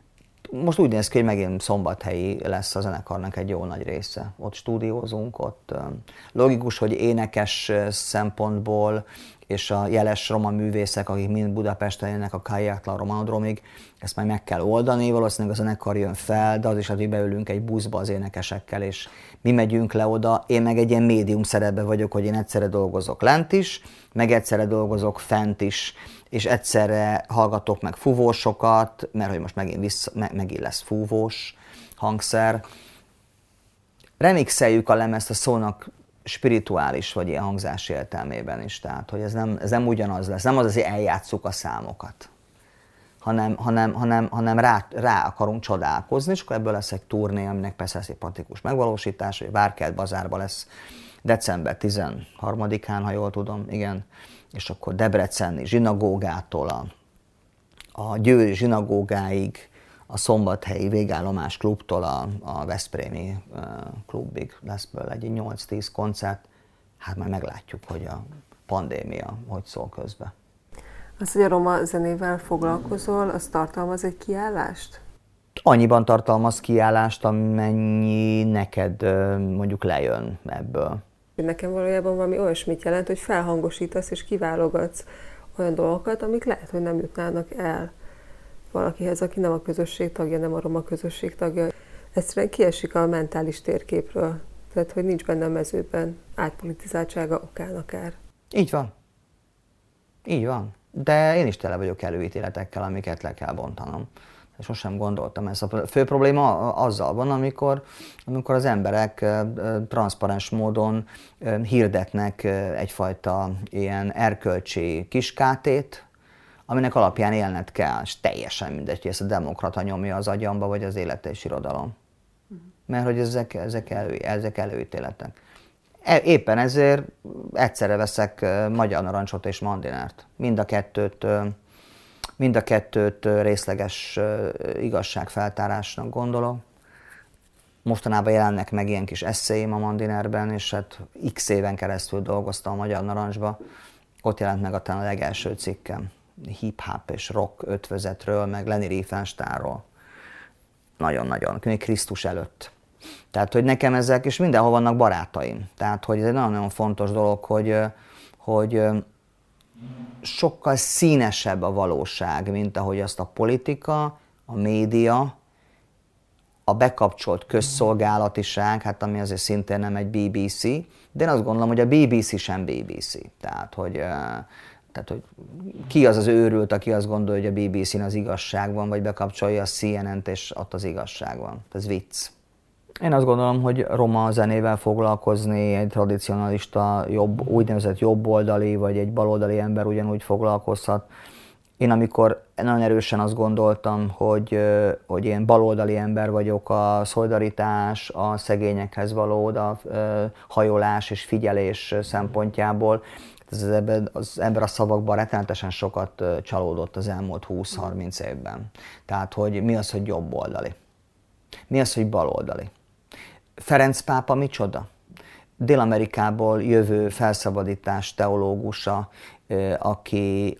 most úgy néz ki, hogy megint szombathelyi lesz a zenekarnak egy jó nagy része. Ott stúdiózunk, ott logikus, hogy énekes szempontból, és a jeles roma művészek, akik mind Budapesten jönnek a Kajaklan Romanodromig, ezt majd meg kell oldani, valószínűleg a zenekar jön fel, de az is, hogy beülünk egy buszba az énekesekkel, és mi megyünk le oda. Én meg egy ilyen médium szerepben vagyok, hogy én egyszerre dolgozok lent is, meg egyszerre dolgozok fent is, és egyszerre hallgatok meg fúvósokat, mert hogy most megint lesz fúvós hangszer. Remixeljük a lemezt a szónak spirituális vagy ilyen hangzási értelmében is, tehát hogy ez nem ugyanaz lesz, nem az, hogy eljátsszuk a számokat, hanem rá akarunk csodálkozni, és akkor ebből lesz egy turné, aminek persze lesz egy praktikus megvalósítás, hogy Várkert bazárban lesz december 13-án, ha jól tudom, igen, és akkor debreceni zsinagógától a győri zsinagógáig, a szombathelyi végállomás klubtól a veszprémi klubig lesz belőle egy 8-10 koncert. Hát már meglátjuk, hogy a pandémia hogy szól közbe. Az, hogy a roma zenével foglalkozol, az tartalmaz egy kiállást? Annyiban tartalmaz kiállást, amennyi neked mondjuk lejön ebből. Nekem valójában valami olyasmit jelent, hogy felhangosítasz és kiválogatsz olyan dolgokat, amik lehet, hogy nem jutnának el valakihez, aki nem a közösség tagja, nem a roma közösség tagja. Egyszerűen kiesik a mentális térképről, tehát hogy nincs benne a mezőben átpolitizáltsága okán akár. Így van. Így van. De én is tele vagyok előítéletekkel, amiket le kell bontanom. Sosem gondoltam ezt. A fő probléma azzal van, amikor az emberek transzparens módon hirdetnek egyfajta ilyen erkölcsi kiskátét, aminek alapján élned kell, és teljesen mindegy, hogy ezt a demokrata nyomja az agyamba, vagy az Élet és Irodalom. Mert hogy ezek előítéletek. Éppen ezért egyszerre veszek Magyar Narancsot és Mandinert. Mind a kettőt részleges igazságfeltárásnak gondolom. Mostanában jelennek meg ilyen kis eszéim a Mandinerben, és hát x éven keresztül dolgoztam a Magyar Narancsba. Ott jelent meg talán a legelső cikkem. Hip-hop és rock ötvözetről, meg Leni Riefenstahlról. Nagyon-nagyon, Krisztus előtt. Tehát, hogy nekem ezek, és mindenhol vannak barátaim. Tehát, hogy ez egy nagyon-nagyon fontos dolog, hogy sokkal színesebb a valóság, mint ahogy azt a politika, a média, a bekapcsolt közszolgálatiság, hát ami azért szintén nem egy BBC, de én azt gondolom, hogy a BBC sem BBC. Tehát, hogy ki az őrült, aki azt gondolja, hogy a BBC-n az igazság van, vagy bekapcsolja a CNN-t, és ott az igazság van. Ez vicc. Én azt gondolom, hogy roma zenével foglalkozni egy tradicionalista, úgynevezett jobboldali, vagy egy baloldali ember ugyanúgy foglalkozhat. Én amikor nagyon erősen azt gondoltam, hogy én baloldali ember vagyok, a szolidaritás, a szegényekhez való odahajolás és figyelés szempontjából, az ember a szavakban rettenetesen sokat csalódott az elmúlt 20-30 évben. Tehát, hogy mi az, hogy jobboldali? Mi az, hogy baloldali? Ferenc pápa micsoda? Dél-Amerikából jövő felszabadítás teológusa, aki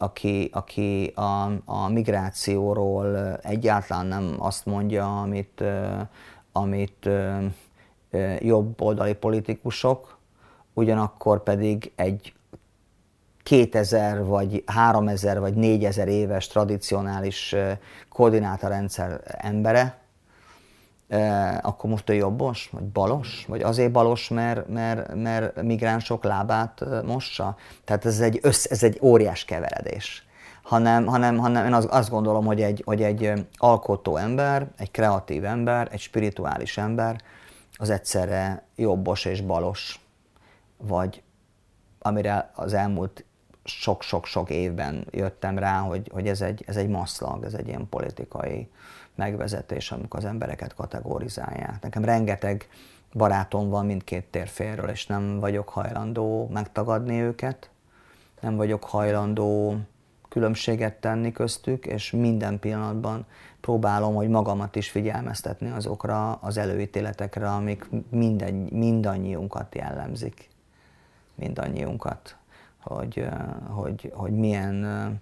a migrációról egyáltalán nem azt mondja, amit jobboldali politikusok, ugyanakkor pedig egy 2000 vagy 3000 vagy 4000 éves tradicionális koordinátorrendszer embere, akkor most ő jobbos, vagy balos, vagy azért balos, mert migránsok lábát mossa. Tehát ez egy óriás keveredés. Hanem én azt gondolom, hogy egy alkotó ember, egy kreatív ember, egy spirituális ember, az egyszerre jobbos és balos, vagy amire az elmúlt sok-sok évben jöttem rá, hogy ez egy maszlag, ez egy ilyen politikai megvezetés, amikor az embereket kategorizálják. Nekem rengeteg barátom van mindkét térfélről, és nem vagyok hajlandó megtagadni őket, nem vagyok hajlandó különbséget tenni köztük, és minden pillanatban próbálom, hogy magamat is figyelmeztetni azokra az előítéletekre, amik mindannyiunkat jellemzik. Mindannyiunkat. Hogy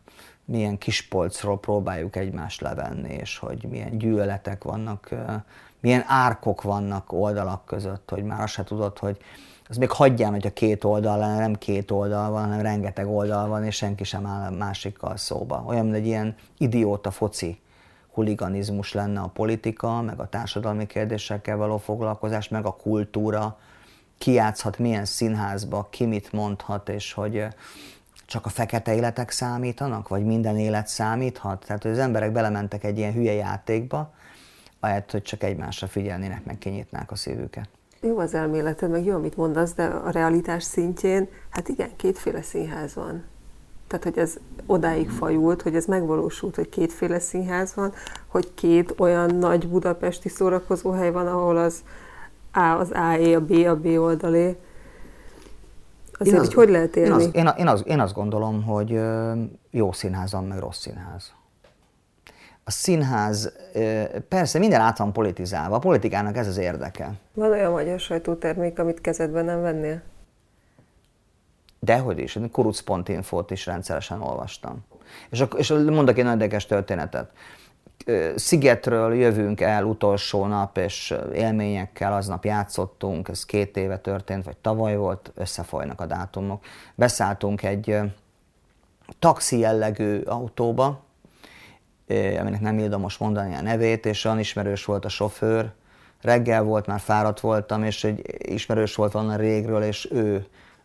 milyen kispolcról próbáljuk egymást levenni, és hogy milyen gyűlöletek vannak, milyen árkok vannak oldalak között, hogy már azt se tudod, hogy az még hagyján, hogy a két oldal lenne, nem két oldal van, hanem rengeteg oldal van, és senki sem áll másikkal szóba. Olyan, mint egy ilyen idióta foci huliganizmus lenne a politika, meg a társadalmi kérdésekkel való foglalkozás, meg a kultúra, ki játszhat milyen színházba, ki mit mondhat, és hogy csak a fekete életek számítanak, vagy minden élet számíthat. Tehát, hogy az emberek belementek egy ilyen hülye játékba, ahelyett, hogy csak egymásra figyelnének, meg kinyitnák a szívüket. Jó az elméleted, meg jó, amit mondasz, de a realitás szintjén, hát igen, kétféle színház van. Tehát, hogy ez odáig fajult, hogy ez megvalósult, hogy kétféle színház van, hogy két olyan nagy budapesti szórakozóhely van, ahol az A-é, a B oldalé. Azért hogy lehet élni? Én azt gondolom, hogy jó színház van, meg rossz színház. A színház, persze minden át van politizálva, a politikának ez az érdeke. Van olyan magyar sajtótermék, amit kezedben nem vennél? Dehogy is, kuruc.infót is rendszeresen olvastam. És mondok egy nagyon érdekes történetet. Szigetről jövünk el utolsó nap, és élményekkel aznap játszottunk, ez 2 éve történt, vagy tavaly volt, összefolynak a dátumok. Beszálltunk egy taxi jellegű autóba, aminek nem illdom most mondani a nevét, és olyan ismerős volt a sofőr. Reggel volt, már fáradt voltam, és egy ismerős volt volna régről, és ő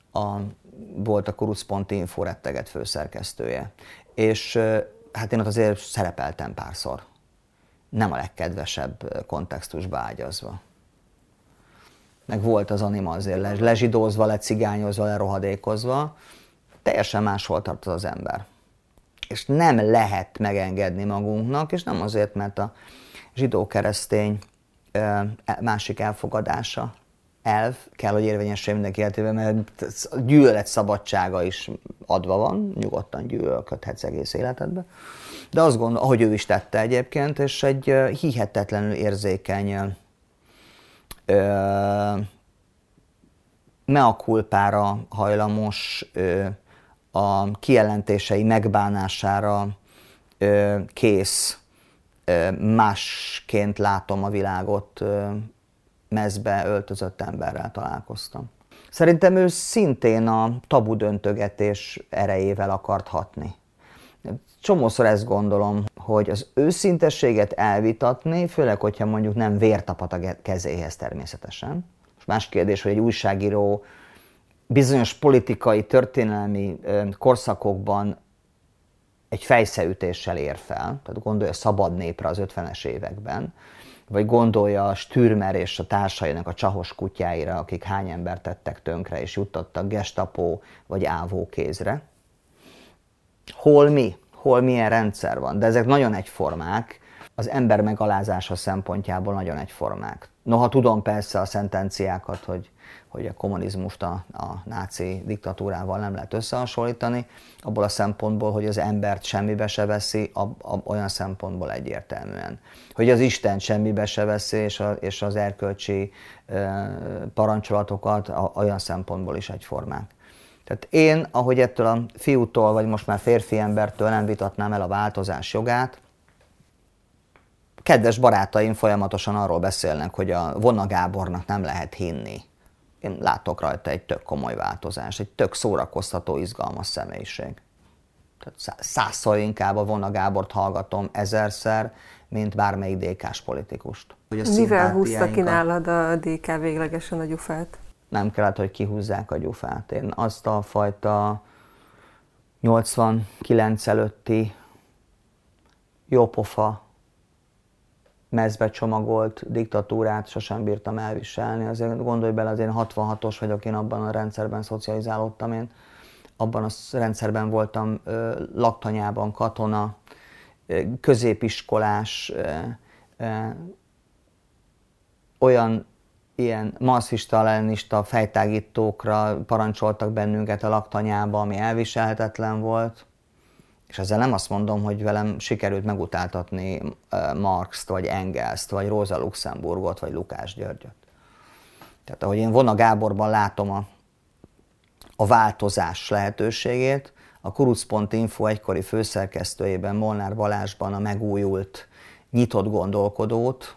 volt a kuruc.info retteget főszerkesztője. És hát én ott azért szerepeltem párszor. Nem a legkedvesebb kontextusba ágyazva. Meg volt az anima azért lezsidózva, lecigányozva, lerohadékozva. Teljesen máshol tart az ember. És nem lehet megengedni magunknak, és nem azért, mert a zsidó-keresztény másik elfogadása, elv kell, hogy érvényesüljön mindenki életében, mert a gyűlölet szabadsága is adva van, nyugodtan gyűlölködhetsz egész életedbe. De azt gondolom, ahogy ő is tette egyébként, és egy hihetetlenül érzékeny mea culpára hajlamos, a kijelentései megbánására kész, másként látom a világot, mezbe öltözött emberrel találkoztam. Szerintem ő szintén a tabu döntögetés erejével akart hatni. Csomószor ezt gondolom, hogy az őszintességet elvitatni, főleg, hogyha mondjuk nem vér tapad a kezéhez természetesen. Most más kérdés, hogy egy újságíró bizonyos politikai, történelmi korszakokban egy fejszeütéssel ér fel, tehát gondolja a Szabad Népre az 50-es években, vagy gondolja a Stürmer és a társainak a csahos kutyáira, akik hány embert tettek tönkre és juttattak gestapo vagy ávó kézre. Hol mi? Hol milyen rendszer van? De ezek nagyon egyformák, az ember megalázása szempontjából nagyon egyformák. Noha tudom persze a szentenciákat, hogy a kommunizmust a náci diktatúrával nem lehet összehasonlítani, abból a szempontból, hogy az embert semmibe se veszi, olyan szempontból egyértelműen. Hogy az Istent semmibe se veszi, és az erkölcsi parancsolatokat olyan szempontból is egyformák. Tehát én, ahogy ettől a fiútól, vagy most már férfi embertől nem vitatnám el a változás jogát, kedves barátaim folyamatosan arról beszélnek, hogy a Vona Gábornak nem lehet hinni. Én látok rajta egy tök komoly változást, egy tök szórakoztató, izgalmas személyiség. Tehát 100-szor inkább a Vona Gábort hallgatom 1000-szer, mint bármelyik DK-s politikust. Mivel húzta ki nálad a DK véglegesen a gyufát? Nem kellett, hogy kihúzzák a gyufát. Én azt a fajta 89 előtti jópofa, mezbe csomagolt diktatúrát sosem bírtam elviselni. Azért gondolj bele, azért 66-os vagyok, én abban a rendszerben szocializálódtam, én abban a rendszerben voltam laktanyában katona, középiskolás, olyan ilyen marxista-leninista fejtágítókra parancsoltak bennünket a laktanyába, ami elviselhetetlen volt. És ezzel nem azt mondom, hogy velem sikerült megutáltatni Marxt, vagy Engelst, vagy Rosa Luxemburgot, vagy Lukács Györgyöt. Tehát ahogy én Vona Gáborban látom a változás lehetőségét, a kuruc.info egykori főszerkesztőjében, Molnár Balázsban a megújult, nyitott gondolkodót.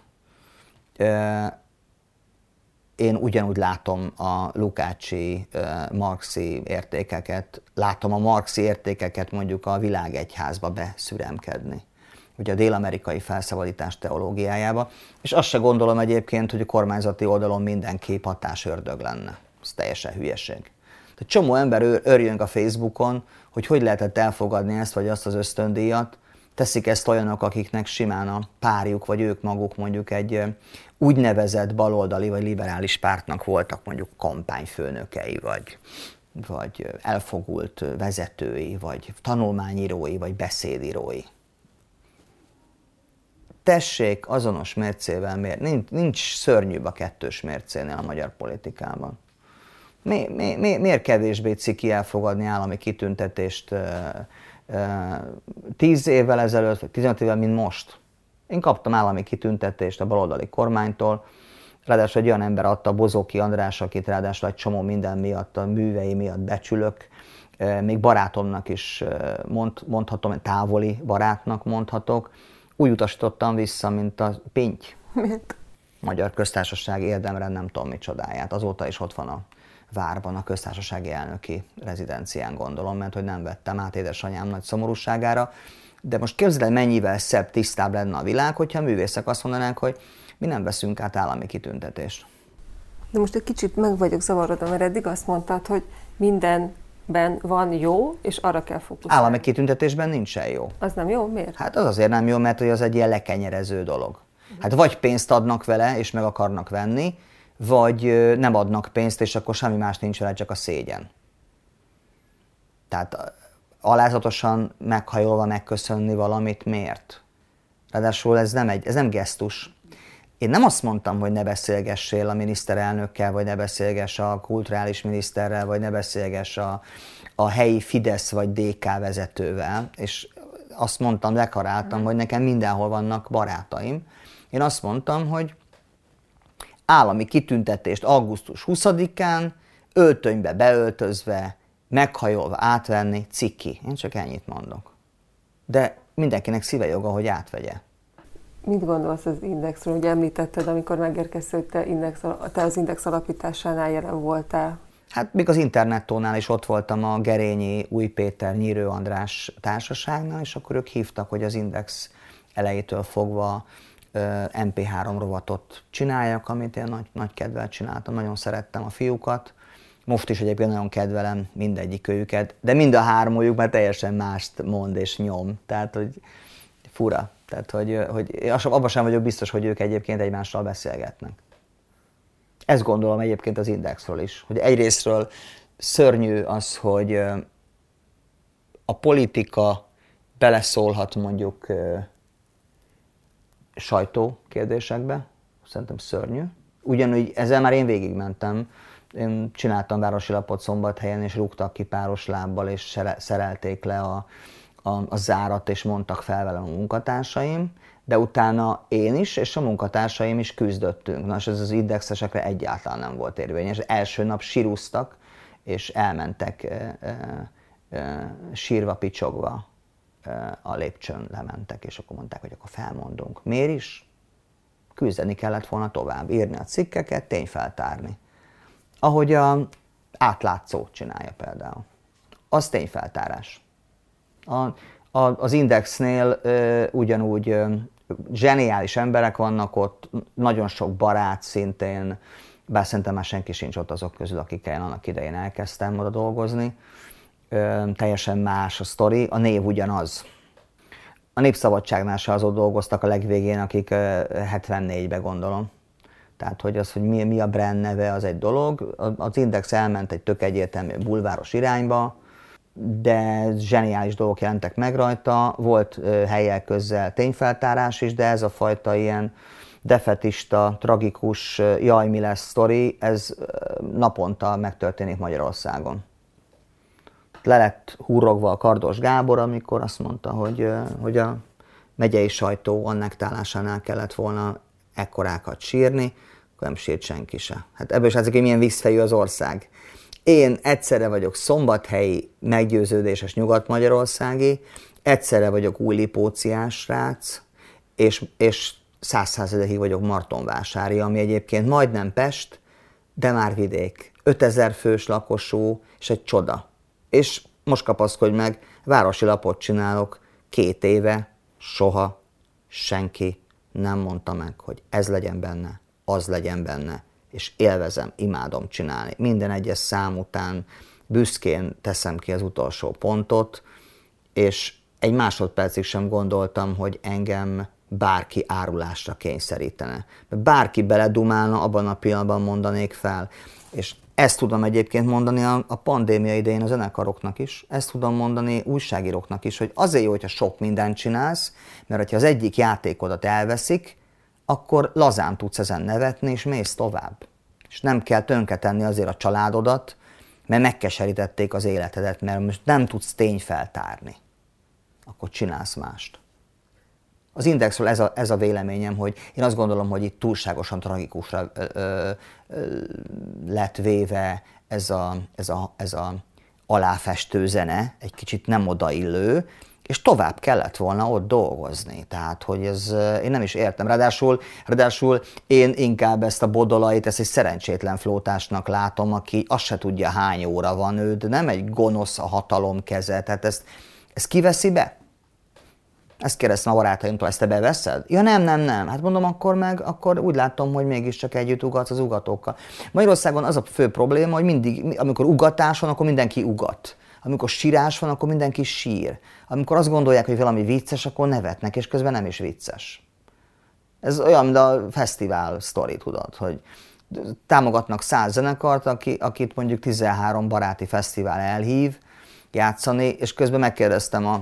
Én ugyanúgy látom a lukácsi marxi értékeket, látom a marxi értékeket mondjuk a világegyházba beszüremkedni, ugye a dél-amerikai felszabadítás teológiájába, és azt se gondolom egyébként, hogy a kormányzati oldalon mindenki hatásördög lenne. Ez teljesen hülyeség. Tehát csomó ember örjön a Facebookon, hogy lehetett elfogadni ezt vagy azt az ösztöndíjat, teszik ezt olyanok, akiknek simán a párjuk, vagy ők maguk mondjuk egy úgynevezett baloldali vagy liberális pártnak voltak mondjuk kampányfőnökei, vagy elfogult vezetői, vagy tanulmányírói, vagy beszédírói. Tessék azonos mércével mérni. Nincs szörnyűbb a kettős mércénél a magyar politikában. Miért kevésbé ciki elfogadni állami kitüntetést 10 évvel ezelőtt, vagy 15 évvel, mint most? Én kaptam állami kitüntetést a baloldali kormánytól, ráadásul egy olyan ember adta, Bozóki András, akit ráadásul egy csomó minden miatt, a művei miatt becsülök, még barátomnak is mondhatom, távoli barátnak mondhatok. Úgy utasítottam vissza, mint a Pinty. Miért? Magyar Köztársaság érdemrend nem tudom micsodáját. Azóta is ott van a várban, a köztársasági elnöki rezidencián, gondolom, mert hogy nem vettem át édesanyám nagy szomorúságára. De most képzeld el, mennyivel szebb, tisztább lenne a világ, hogyha a művészek azt mondanák, hogy mi nem veszünk át állami kitüntetést. De most egy kicsit meg vagyok zavarodva, mert eddig azt mondtad, hogy mindenben van jó, és arra kell fókuszálni. Állami kitüntetésben nincsen jó. Az nem jó? Miért? Hát az azért nem jó, mert az egy ilyen lekenyerező dolog. Hát vagy pénzt adnak vele, és meg akarnak venni, vagy nem adnak pénzt, és akkor semmi más nincs vele, csak a szégyen. Tehát alázatosan meghajolva megköszönni valamit miért? Ráadásul ez nem gesztus. Én nem azt mondtam, hogy ne beszélgessél a miniszterelnökkel, vagy ne beszélgess a kulturális miniszterrel, vagy ne beszélgess a helyi Fidesz vagy DK vezetővel, és azt mondtam, deklaráltam, hogy nekem mindenhol vannak barátaim. Én azt mondtam, hogy állami kitüntetést augusztus 20-án, öltönybe beöltözve, meghajolva átvenni, ciki. Én csak ennyit mondok. De mindenkinek szíve joga, hogy átvegye. Mit gondolsz az Indexről? Ugye említetted, amikor megérkeztél, hogy te az Index alapításánál jelen voltál. Hát még az Internettónál is ott voltam a Gerényi, Új Péter, Nyírő András társaságnál, és akkor ők hívtak, hogy az Index elejétől fogva MP3 rovatot csináljak, amit én nagy kedvel csináltam, nagyon szerettem a fiúkat. Most is egyébként nagyon kedvelem mindegyik őket, de mind a hármójuk már teljesen mást mond és nyom, tehát hogy fura. Tehát, hogy abban sem vagyok biztos, hogy ők egyébként egymással beszélgetnek. Ezt gondolom egyébként az Indexről is, hogy egyrésztről szörnyű az, hogy a politika beleszólhat mondjuk sajtókérdésekbe, szerintem szörnyű. Ugyanúgy ezzel már én végigmentem, én csináltam városi lapot Szombathelyen, és rúgtak ki páros lábbal, és szerelték le a zárat, és mondtak fel velem a munkatársaim, de utána én is, és a munkatársaim is küzdöttünk. Na, és ez az indexesekre egyáltalán nem volt érvényes. Első nap sírúztak, és elmentek sírva, picsogva a lépcsőn lementek, és akkor mondták, hogy akkor felmondunk. Miért is? Küzdeni kellett volna tovább, írni a cikkeket, tényfeltárni. Ahogy a átlátszó csinálja például. Az tényfeltárás. Az Indexnél ugyanúgy zseniális emberek vannak ott, nagyon sok barát szintén, bár szerintem már senki sincs ott azok közül, akikkel én annak idején elkezdtem oda dolgozni. Teljesen más a sztori, a név ugyanaz. A Népszabadságnál se azok dolgoztak a legvégén, akik 74-ben gondolom. Tehát, hogy az, hogy mi a brand neve, az egy dolog. Az Index elment egy tök egyértelmű bulváros irányba, de zseniális dolgok jelentek meg rajta. Volt helyek közel tényfeltárás is, de ez a fajta ilyen defetista, tragikus, jaj, mi lesz sztori, ez naponta megtörténik Magyarországon. Le lett húrogva a Kardos Gábor, amikor azt mondta, hogy a megyei sajtó annektálásánál kellett volna ekkorákat sírni, akkor nem sírt senki se. Hát ebből is látszik, hogy milyen vízfejű az ország. Én egyszerre vagyok szombathelyi, meggyőződéses nyugat-magyarországi, egyszerre vagyok újlipóciás srác, és 100%-ig vagyok martonvásári, ami egyébként majdnem Pest, de már vidék. 5000 fős lakosú, és egy csoda. És most kapaszkodj meg, városi lapot csinálok 2 éve, soha senki nem mondta meg, hogy ez legyen benne, az legyen benne, és élvezem, imádom csinálni. Minden egyes szám után büszkén teszem ki az utolsó pontot, és egy másodpercig sem gondoltam, hogy engem bárki árulásra kényszerítene. Bárki beledumálna, abban a pillanatban mondanék fel. És ezt tudom egyébként mondani a pandémia idején a zenekaroknak is, ezt tudom mondani újságíróknak is, hogy azért jó, hogyha sok mindent csinálsz, mert ha az egyik játékodat elveszik, akkor lazán tudsz ezen nevetni, és mész tovább. És nem kell tönkretenni azért a családodat, mert megkeserítették az életedet, mert most nem tudsz tényfeltárni. Akkor csinálsz mást. Az Indexről ez a véleményem, hogy én azt gondolom, hogy itt túlságosan tragikusra lett véve ez a aláfestő zene, egy kicsit nem odaillő, és tovább kellett volna ott dolgozni. Tehát, hogy én nem is értem. Ráadásul én inkább ezt a Bodolait, ezt egy szerencsétlen flótásnak látom, aki azt se tudja, hány óra van ő, de nem egy gonosz a hatalom keze. Tehát ezt kiveszi be? Ezt kérdeztem a barátaimtól, ezt te beveszed? Ja nem. Hát mondom, akkor úgy látom, hogy mégiscsak együtt ugatsz az ugatókkal. Magyarországon az a fő probléma, hogy mindig, amikor ugatás van, akkor mindenki ugat. Amikor sírás van, akkor mindenki sír. Amikor azt gondolják, hogy valami vicces, akkor nevetnek, és közben nem is vicces. Ez olyan, mint a fesztivál sztori, tudod, hogy támogatnak 100 zenekart, akit mondjuk 13 baráti fesztivál elhív játszani, és közben megkérdeztem a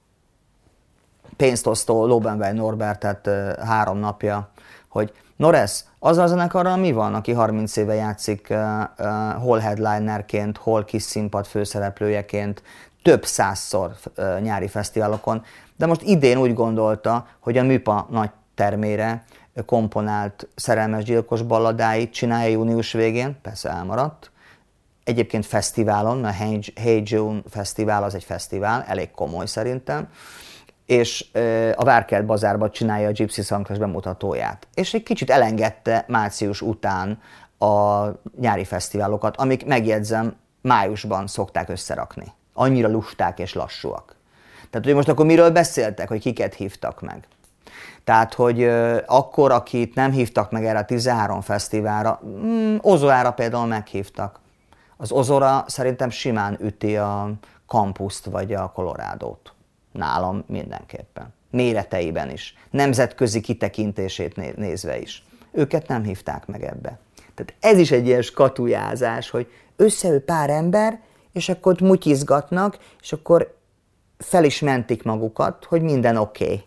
pénztosztó Lóbenvein Norbertet 3 napja, hogy Noresz, azzal a zenekarral mi van, aki 30 éve játszik hol headlinerként, hol kis színpad főszereplőjeként, több 100-szor nyári fesztiválokon, de most idén úgy gondolta, hogy a Műpa nagy termére komponált szerelmes gyilkos balladáit csinálja június végén, persze elmaradt, egyébként fesztiválon, mert a Hey June fesztivál az egy fesztivál, elég komoly szerintem, és a Várkert Bazárban csinálja a Gypsy Songfest bemutatóját. És egy kicsit elengedte március után a nyári fesztiválokat, amik, megjegyzem, májusban szokták összerakni. Annyira lusták és lassúak. Tehát, hogy most akkor miről beszéltek, hogy kiket hívtak meg? Tehát, hogy akkor, akit nem hívtak meg erre a 13 fesztiválra, Ozorára például meghívtak. Az Ozora szerintem simán üti a Campust vagy a Colorado-t. Nálam mindenképpen. Méreteiben is. Nemzetközi kitekintését nézve is. Őket nem hívták meg ebbe. Tehát ez is egy ilyen skatujázás, hogy összeül pár ember, és akkor mutyizgatnak, és akkor fel is mentik magukat, hogy minden oké.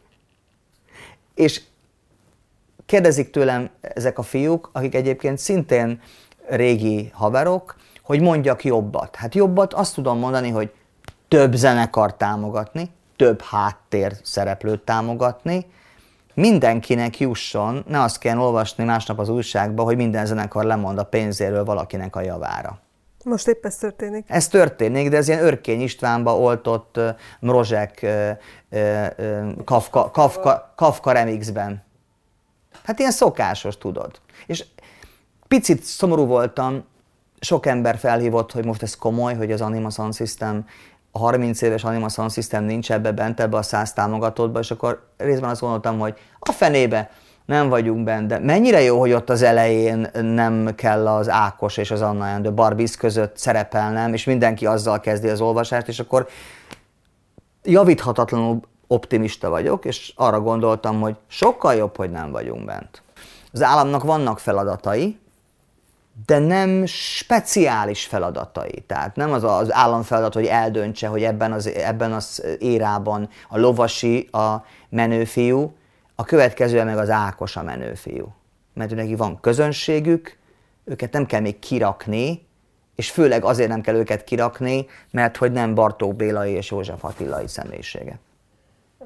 És kérdezik tőlem ezek a fiúk, akik egyébként szintén régi haverok, hogy mondjak jobbat. Hát jobbat azt tudom mondani, hogy több zenekart támogatni, több háttér szereplőt támogatni, mindenkinek jusson, ne azt kell olvasni másnap az újságba, hogy minden zenekar lemond a pénzéről valakinek a javára. Most épp ez történik. Ez történik, de ez ilyen Örkény Istvánba oltott Mrozsek Kafka remixben. Hát ilyen szokásos, tudod. És picit szomorú voltam, sok ember felhívott, hogy most ez komoly, hogy az Anima Sound System, a 30 éves Anima Sound System nincs bent ebbe a 100 támogatottba, és akkor részben azt gondoltam, hogy a fenébe nem vagyunk benne, de mennyire jó, hogy ott az elején nem kell az Ákos és az Anna and the Barbies között szerepelnem, és mindenki azzal kezdi az olvasást, és akkor javíthatatlanul optimista vagyok, és arra gondoltam, hogy sokkal jobb, hogy nem vagyunk bent. Az államnak vannak feladatai, de nem speciális feladatai. Tehát nem az állam feladat, hogy eldöntse, hogy ebben az érában a Lovasi a menőfiú, a következő meg az Ákos a menőfiú. Mert neki van közönségük, őket nem kell még kirakni, és főleg azért nem kell őket kirakni, mert hogy nem Bartók Bélai és József Attilai személyisége.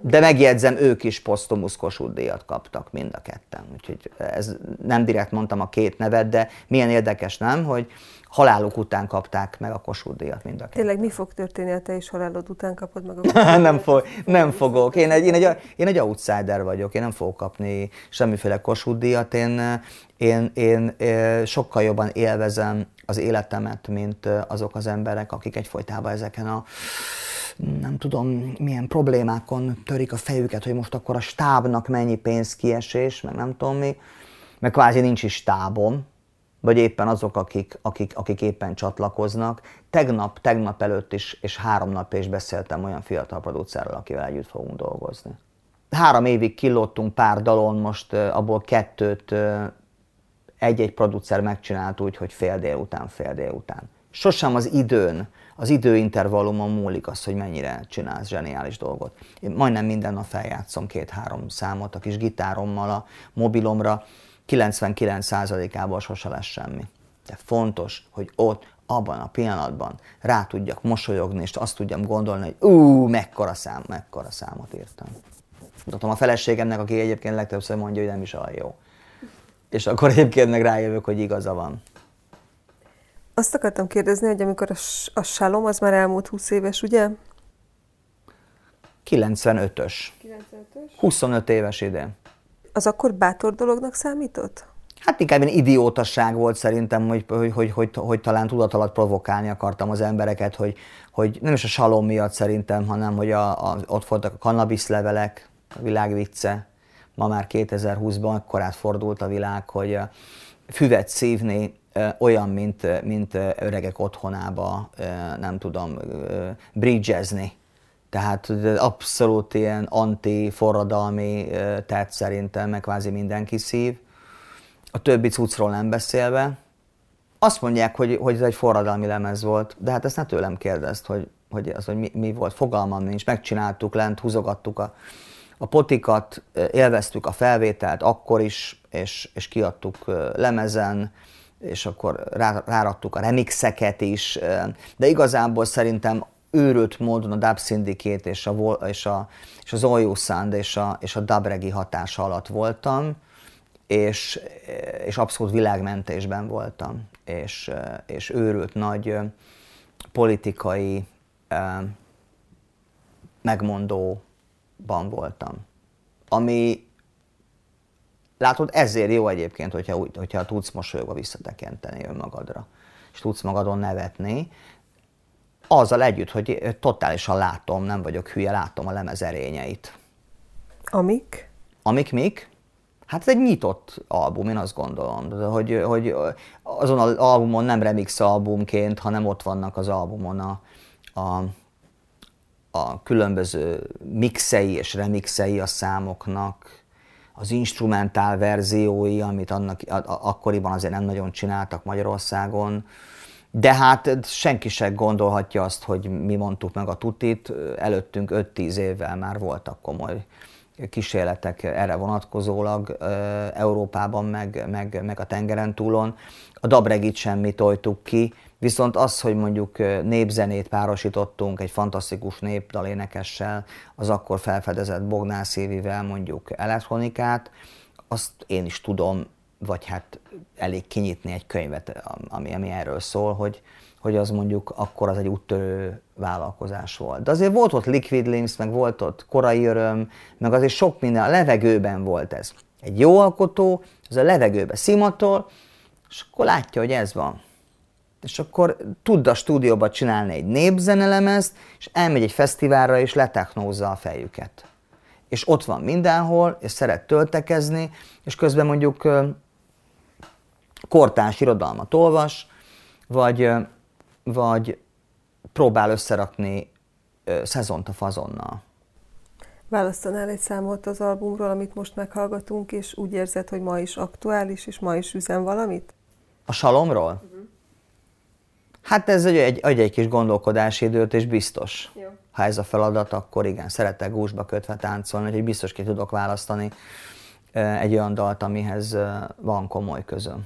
De megjegyzem, ők is posztumusz Kossuth-díjat kaptak, mind a ketten. Úgyhogy ez nem direkt mondtam a két nevet, de milyen érdekes, nem, hogy haláluk után kapták meg a Kossuth-díjat mind a ketten. Tényleg mi fog történni, ha te is halálod után kapod meg a Kossuth-díjat? Nem fogok. Én egy outsider vagyok, én nem fogok kapni semmiféle Kossuth-díjat. Én sokkal jobban élvezem az életemet, mint azok az emberek, akik egyfolytában ezeken a nem tudom, milyen problémákon törik a fejüket, hogy most akkor a stábnak mennyi pénzkiesés, meg nem tudom mi, meg kvázi nincs is stábom, vagy éppen azok, akik éppen csatlakoznak. Tegnap előtt is, és 3 nap is beszéltem olyan fiatal producerrel, akivel együtt fogunk dolgozni. 3 évig kilóttunk pár dalon, most abból 2-t egy-egy producer megcsinált úgy, hogy fél délután. Sosem az időintervallumon múlik az, hogy mennyire csinálsz zseniális dolgot. Én majdnem minden nap feljátszom 2-3 számot a kis gitárommal a mobilomra, 99%-ában sose lesz semmi. De fontos, hogy ott, abban a pillanatban rá tudjak mosolyogni, és azt tudjam gondolni, hogy mekkora számot írtam. Mutatom a feleségemnek, aki egyébként legtöbbször mondja, hogy nem is olyan jó. És akkor egyébként meg rájövök, hogy igaza van. Azt akartam kérdezni, hogy amikor a Shalom, az már elmúlt 20 éves, ugye? 95-ös. 25 éves idén. Az akkor bátor dolognak számított? Hát inkább ilyen idiótasság volt szerintem, hogy talán tudat alatt provokálni akartam az embereket, hogy nem is a Shalom miatt szerintem, hanem hogy ott voltak a kannabiszlevelek, a világ vicce. Ma már 2020-ban akkorát fordult a világ, hogy füvet szívni olyan, mint öregek otthonába, nem tudom, bridgezni. Tehát abszolút ilyen anti-forradalmi tett szerintem, meg kvázi mindenki szív. A többi cuccról nem beszélve. Azt mondják, hogy ez egy forradalmi lemez volt, de hát ezt ne tőlem kérdezt, hogy mi volt. Fogalmam nincs. Megcsináltuk lent, húzogattuk a potikat, élveztük a felvételt akkor is, és kiadtuk lemezen, és akkor ráraktuk a remixeket is, de igazából szerintem őrült módon a Dub Syndicate és az All You Sound és a Dub Reggae hatása alatt voltam, és abszolút világmentésben voltam, és őrült nagy politikai megmondóban voltam. Ami, látod, ezért jó egyébként, hogyha tudsz mosolyogva visszatekinteni önmagadra, és tudsz magadon nevetni, azzal együtt, hogy totálisan látom, nem vagyok hülye, látom a lemez erényeit. Amik? Mik? Hát ez egy nyitott album, én azt gondolom, hogy azon az albumon nem remix albumként, hanem ott vannak az albumon a különböző mixei és remixei a számoknak, az instrumentál verziói, amit akkoriban azért nem nagyon csináltak Magyarországon, de hát senki sem gondolhatja azt, hogy mi mondtuk meg a tutit, előttünk 5-10 évvel már voltak komoly kísérletek erre vonatkozólag Európában, meg a tengeren túlon. A Dub Reggae-t sem mi tojtuk ki, viszont az, hogy mondjuk népzenét párosítottunk egy fantasztikus népdalénekessel, az akkor felfedezett Bognár Szilvivel mondjuk elektronikát, azt én is tudom, vagy hát elég kinyitni egy könyvet, ami erről szól, hogy az mondjuk akkor az egy úttörő vállalkozás volt. De azért volt ott Liquid Limbs, meg volt ott Korai Öröm, meg azért sok minden, a levegőben volt ez. Egy jó alkotó, az a levegőbe szimatol, és akkor látja, hogy ez van. És akkor tud a stúdióba csinálni egy népzenelemezt, és elmegy egy fesztiválra, és letechnózza a fejüket. És ott van mindenhol, és szeret töltekezni, és közben mondjuk kortárs irodalmat olvas, vagy próbál összerakni szezont a fazonnal. Választanál egy számot az albumról, amit most meghallgatunk, és úgy érzed, hogy ma is aktuális, és ma is üzen valamit? A Shalomról? Uh-huh. Hát ez egy kis gondolkodási időt, és biztos. Jó. Ha ez a feladat, akkor igen, szeretek gúzsba kötve táncolni, úgyhogy biztos ki tudok választani egy olyan dalt, amihez van komoly közöm.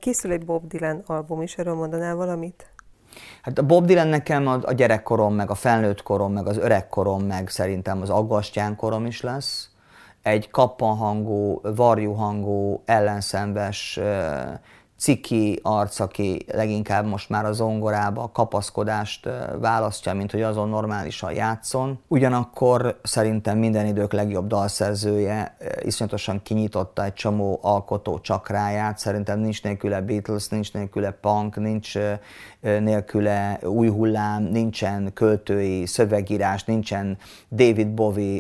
Készül egy Bob Dylan album is, erről mondanál valamit? Hát a Bob Dylan nekem a gyerekkorom, meg a felnőtt korom, meg az öregkorom, meg szerintem az aggastyán korom is lesz. Egy kappanhangú, varjuhangú, ellenszenves, ciki arc, aki leginkább most már a zongorába a kapaszkodást választja, mint hogy azon normálisan játszon. Ugyanakkor szerintem minden idők legjobb dalszerzője, iszonyatosan kinyitotta egy csomó alkotó csakráját, szerintem nincs nélküle Beatles, nincs nélküle punk, nincs nélküle új hullám, nincsen költői szövegírás, nincsen David Bowie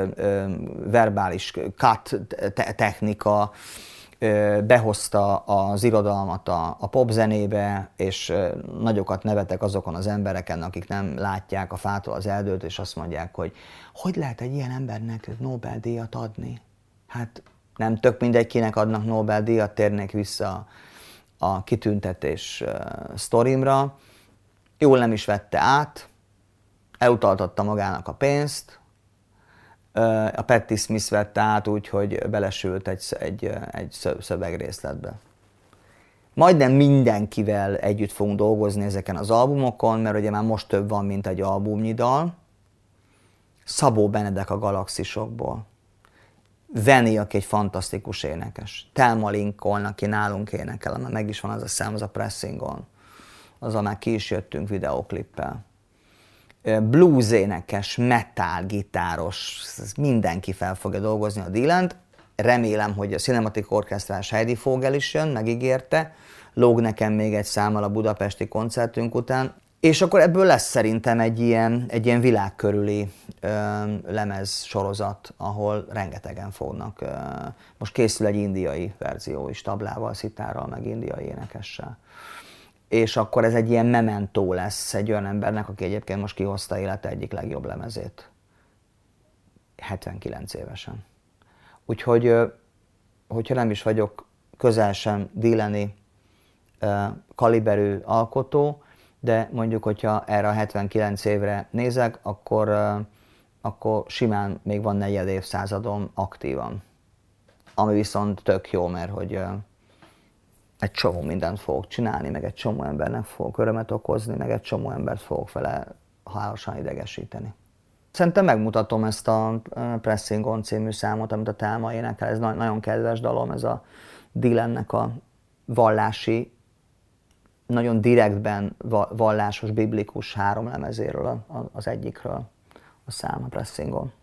verbális cut technika, behozta az irodalmat a popzenébe, és nagyokat nevetek azokon az embereken, akik nem látják a fától az erdőt, és azt mondják, hogy lehet egy ilyen embernek Nobel-díjat adni? Hát nem tök mindegy, kinek adnak Nobel-díjat, térnék vissza a kitüntetés sztorimra. Jól nem is vette át, elutaltatta magának a pénzt, a Patti Smith vette át úgy, hogy belesült egy szövegrészletbe. Majdnem mindenkivel együtt fogunk dolgozni ezeken az albumokon, mert ugye már most több van, mint egy albumnyi dal. Szabó Benedek a Galaxisokból. Veni, aki egy fantasztikus énekes. Thelma Lincoln, aki nálunk énekel, meg is van az a szám, az a Pressingon. Azzal már ki is jöttünk videóklippel. Blues énekes, metal, gitáros, mindenki fel fogja dolgozni a Dylant. Remélem, hogy a Cinematic Orchestrás Heidi Vogel is jön, megígérte. Lóg nekem még egy számmal a budapesti koncertünk után. És akkor ebből lesz szerintem egy ilyen világkörüli lemez sorozat, ahol rengetegen fognak. Most készül egy indiai verzió is, tablával, szitárral, meg indiai énekessel. És akkor ez egy ilyen mementó lesz egy olyan embernek, aki egyébként most kihozta élete egyik legjobb lemezét. 79 évesen. Úgyhogy, hogyha nem is vagyok közel sem Dylani kaliberű alkotó, de mondjuk, hogyha erre a 79 évre nézek, akkor simán még van negyed évszázadom aktívan. Ami viszont tök jó, mert hogy egy csomó mindent fogok csinálni, meg egy csomó embernek fogok örömet okozni, meg egy csomó embert fogok vele hálasan idegesíteni. Szerintem megmutatom ezt a Pressingon című számot, amit a Thelma énekel. Ez nagyon kedves dalom, ez a Dylannek a vallási, nagyon direktben vallásos, biblikus 3 lemezéről, az egyikről a szám, a Pressingon.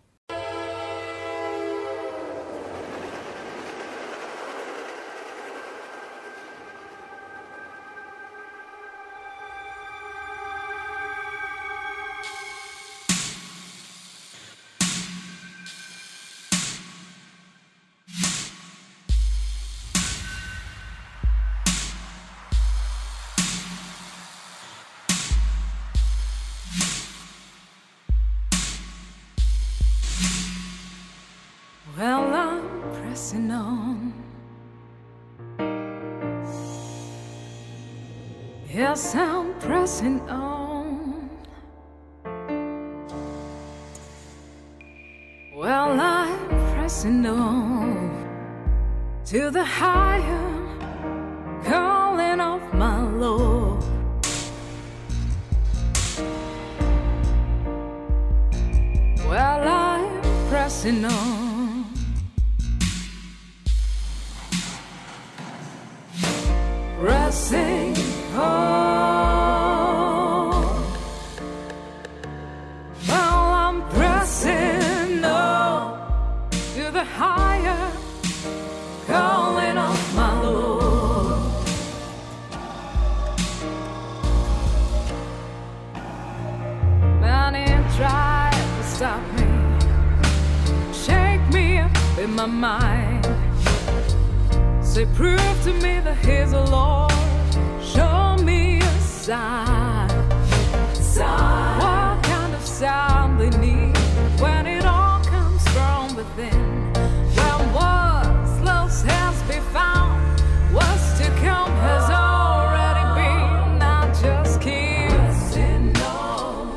Well, I'm pressing on. Yes, I'm pressing on. Well, I'm pressing on to the higher calling of my Lord. Well, I'm pressing on. Pressing on. Well, I'm pressing on to the higher calling of my Lord. Many tried to stop me, shake me up in my mind. Say, prove to me that He's the Lord. Show me a sign. What kind of sign they need when it all comes from within? When what's lost has been found, what's to come has already been. I just keep pressing on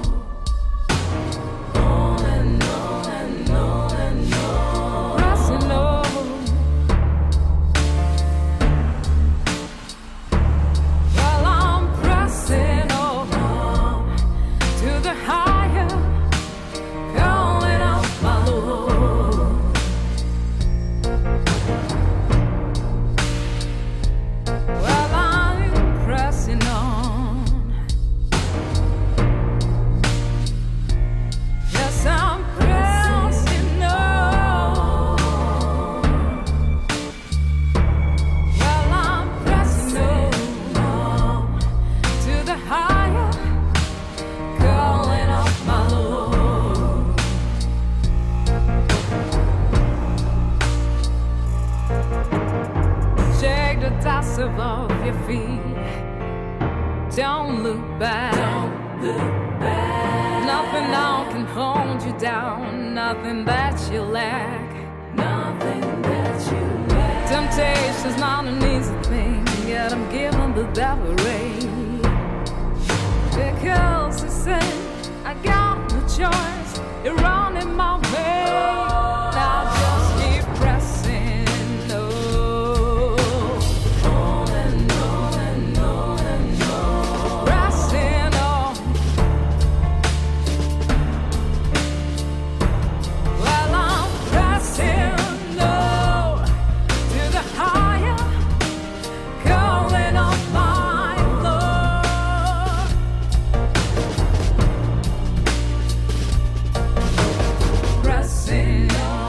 and on and on and on, pressing on. your feet. Don't look back. Nothing now can hold you down. Nothing that you lack. Temptation's not an easy thing, yet I'm giving the devil rein. Because he said I got no choice. You're running my way. Now just keep pressing. On and on and on and on. Pressing on. Well, I'm pressing on to the higher, calling on my Lord. Pressing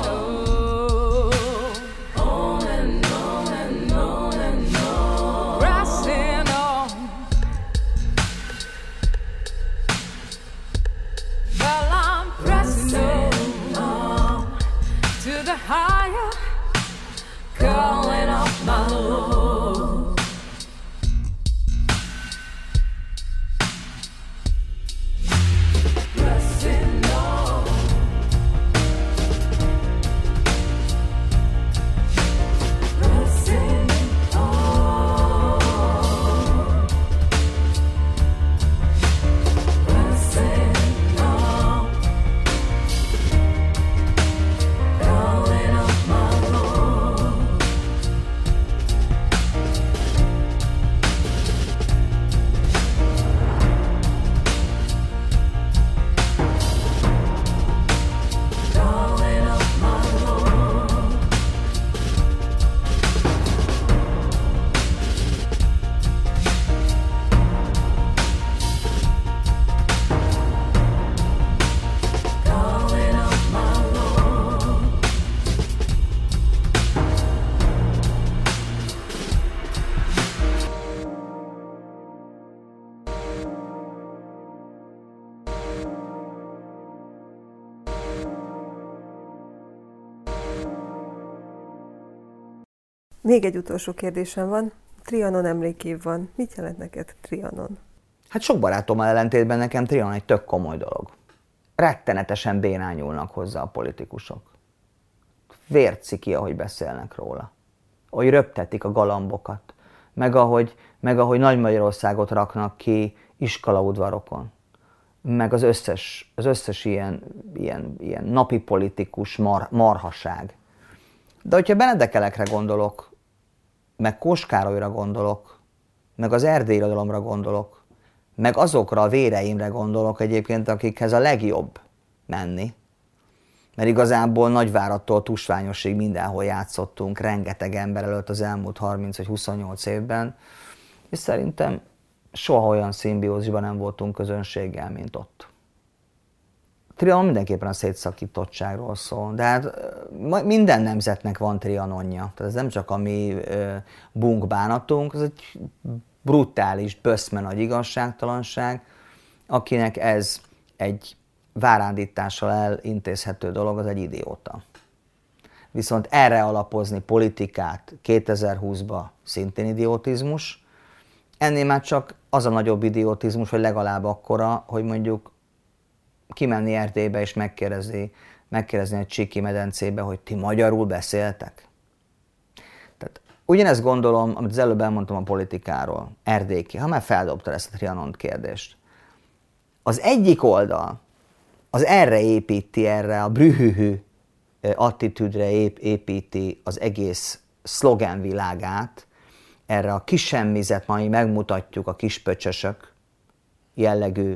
on and on and on and on. Pressing on. Well, I'm pressing on to the higher, calling up my Lord. Pressing on. Pressing on. Pressing on. Calling up my Lord. Calling up my Lord. Calling up my Lord. Még egy utolsó kérdésem van. Trianon emlékév van. Mit jelent neked Trianon? Hát sok barátommal ellentétben nekem Trianon egy tök komoly dolog. Rettenetesen bénányulnak hozzá a politikusok. Vérciki, ahogy beszélnek róla. Ahogy röptetik a galambokat. Meg ahogy Nagy Magyarországot raknak ki iskolaudvarokon. Meg az összes ilyen napi politikus marhaság. De hogyha Benedek Elekre gondolok, meg Kós Károlyra gondolok, meg az erdélyi irodalomra gondolok, meg azokra a véreimre gondolok egyébként, akikhez a legjobb menni. Mert igazából Nagyváradtól Tusványosig mindenhol játszottunk, rengeteg ember előtt az elmúlt 30 vagy 28 évben, és szerintem soha olyan szimbiózisban nem voltunk közönséggel, mint ott. Trianon mindenképpen a szétszakítottságról szól, de hát minden nemzetnek van Trianonja. Tehát ez nem csak a mi bunkbánatunk, ez egy brutális, böszme nagy igazságtalanság, akinek ez egy várándítással elintézhető dolog, az egy idióta. Viszont erre alapozni politikát 2020-ba szintén idiotizmus, ennél már csak az a nagyobb idiotizmus, hogy legalább akkora, hogy mondjuk kimenni Erdélybe és megkérdezni egy Csíki medencébe, hogy ti magyarul beszéltek. Tehát ugyanezt gondolom, amit az előbb elmondtam a politikáról, Erdélyki, ha már feldobtad ezt a Trianon kérdést. Az egyik oldal, az erre építi, erre a brühühű attitűdre építi az egész szlogenvilágát, erre a kisemmizet, majd megmutatjuk a kispöcsösök jellegű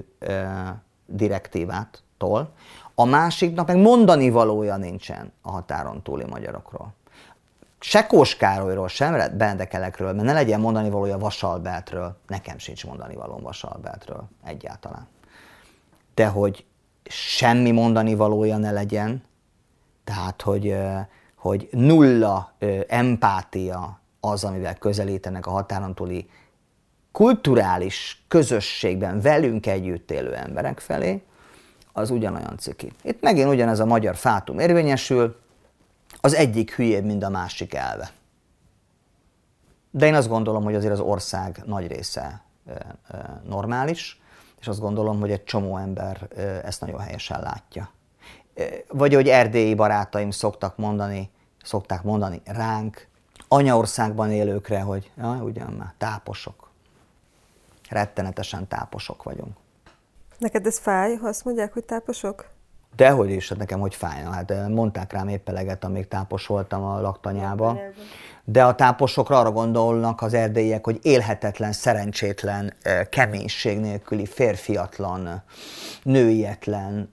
direktívától, a másiknak meg mondani valója nincsen a határon túli magyarokról. Se Kós Károlyról, sem Benedek Elekről, mert ne legyen mondani valója Vasalbertről, nekem sincs mondani valóm Vasalbertről egyáltalán. De hogy semmi mondani valója ne legyen, tehát hogy nulla empátia az, amivel közelítenek a határon túli kulturális közösségben velünk együtt élő emberek felé, az ugyanolyan ciki. Itt megint ugyanez a magyar fátum érvényesül, az egyik hülyébb, mint a másik elve. De én azt gondolom, hogy azért az ország nagy része normális, és azt gondolom, hogy egy csomó ember ezt nagyon helyesen látja. Vagy hogy erdélyi barátaim szokták mondani ránk, anyaországban élőkre, hogy ugyan már táposok. Rettenetesen táposok vagyunk. Neked ez fáj, ha azt mondják, hogy táposok? Dehogy is, nekem hogy fájna. Hát mondták rám épp eleget, amíg tápos voltam a laktanyába. De a táposokra arra gondolnak az erdélyiek, hogy élhetetlen, szerencsétlen, keménység nélküli, férfiatlan, nőietlen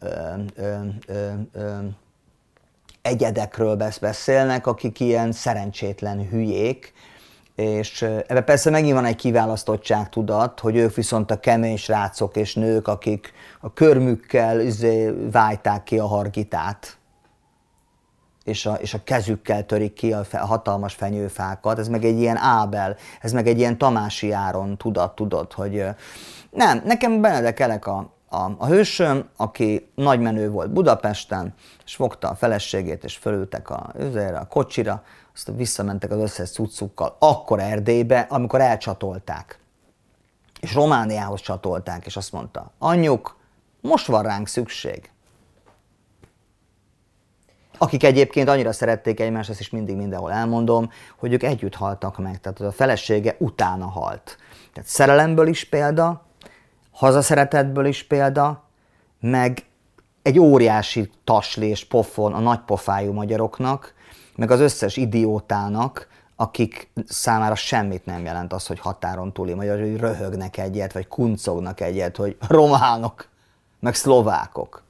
egyedekről beszélnek, akik ilyen szerencsétlen hülyék, és ebben persze megint van egy kiválasztottságtudat, hogy ők viszont a kemény srácok és nők, akik a körmükkel vájták ki a hargitát, és a kezükkel törik ki a hatalmas fenyőfákat. Ez meg egy ilyen Ábel, ez meg egy ilyen Tamási Áron tudat, hogy nem, nekem Benedek Elek a hősöm, aki nagymenő volt Budapesten, és fogta a feleségét, és fölültek a kocsira, aztán visszamentek az összes cuccukkal, akkor Erdélybe, amikor elcsatolták. És Romániához csatolták, és azt mondta, anyjuk, most van ránk szükség. Akik egyébként annyira szerették egymást, ezt is mindig mindenhol elmondom, hogy ők együtt haltak meg, tehát a felesége utána halt. Tehát szerelemből is példa, hazaszeretetből is példa, meg egy óriási tasli és pofon a nagypofájú magyaroknak, meg az összes idiótának, akik számára semmit nem jelent az, hogy határon túli magyar, hogy röhögnek egyet, vagy kuncognak egyet, hogy románok, meg szlovákok.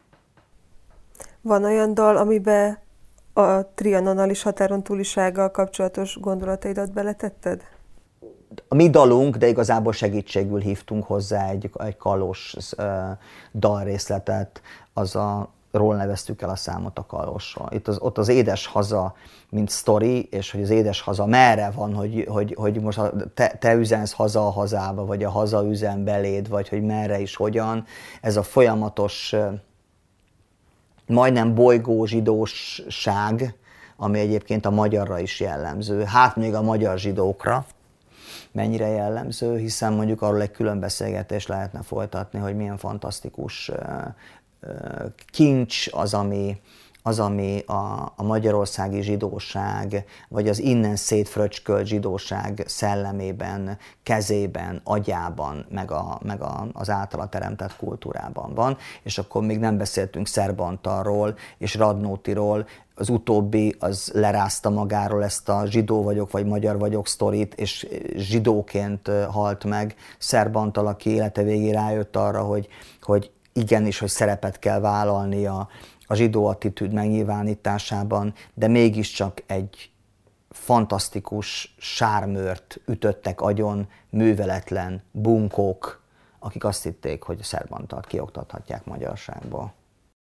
Van olyan dal, amiben a trianonalis határon túlisággal kapcsolatos gondolataidat beletetted? A mi dalunk, de igazából segítségül hívtunk hozzá egy Kallós dalrészletet, ról neveztük el a számot a Kallósról. Ott az édes haza, mint sztori, és hogy az édes haza merre van, hogy most te üzensz haza a hazába, vagy a haza üzen beléd, vagy hogy merre is, hogyan. Ez a folyamatos, majdnem bolygózsidósság, ami egyébként a magyarra is jellemző. Hát még a magyar zsidókra mennyire jellemző, hiszen mondjuk arról egy külön beszélgetést lehetne folytatni, hogy milyen fantasztikus kincs az, ami a magyarországi zsidóság, vagy az innen szétfröcskölt zsidóság szellemében, kezében, agyában, meg az általa teremtett kultúrában van. És akkor még nem beszéltünk Szerbantalról és Radnótiról, az utóbbi az lerázta magáról ezt a zsidó vagyok, vagy magyar vagyok sztorit, és zsidóként halt meg. Szerbantal, aki élete végén rájött arra, hogy igenis, hogy szerepet kell vállalni a zsidó attitűd megnyilvánításában, de mégiscsak egy fantasztikus sármőrt ütöttek agyon műveletlen bunkók, akik azt hitték, hogy a Szerbantalt kioktathatják magyarságból.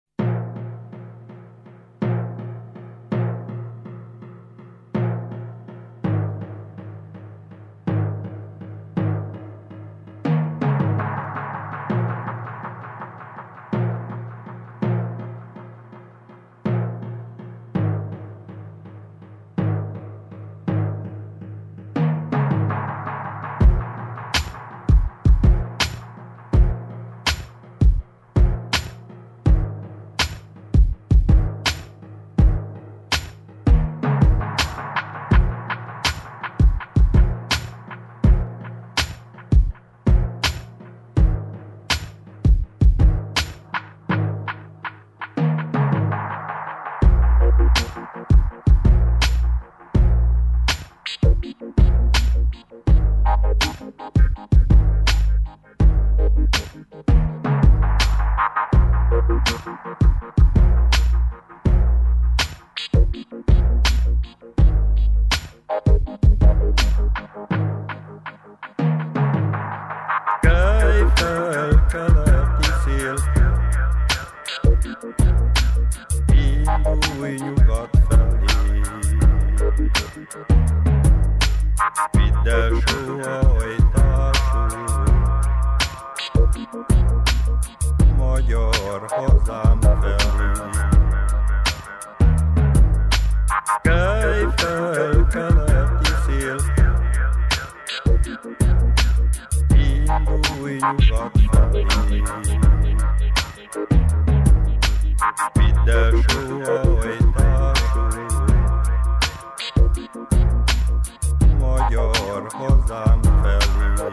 Indulj nyugat felé, vidd el sóhajtású magyar hazám felé. Kelj fel, keleti szél, indulj nyugat felé. Vidd el sóhajtásul magyar hazám felé.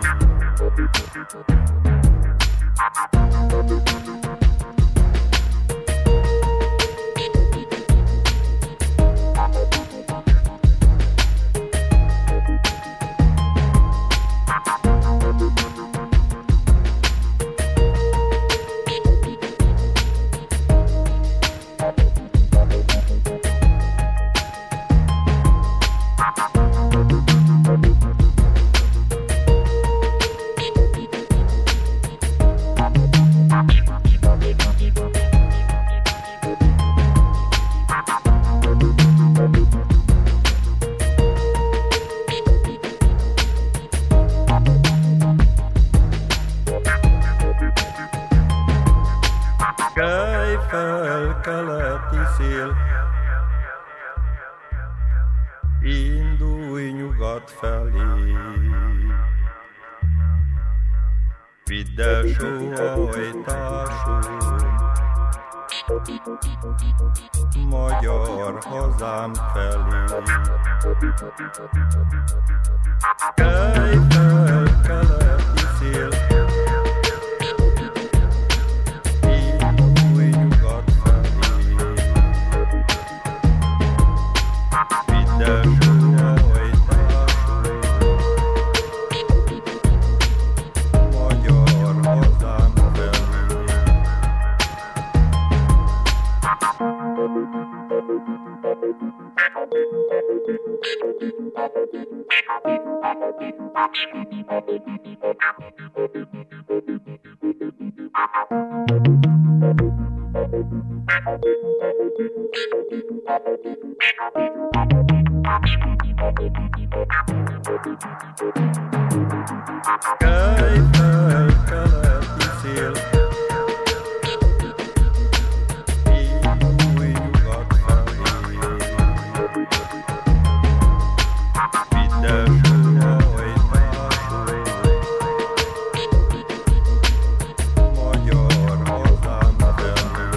Kelj fel, keleti szél, indulj nyugat felé. Vidd el sóhajtásul magyar hazám felé. Kelj fel, keleti szél, indulj nyugat felé. Vidd el sóhajtásul magyar hazám felé. Kelj fel, keleti szél, indulj nyugat felé. Vidd el sóhajtásul magyar hazám felé.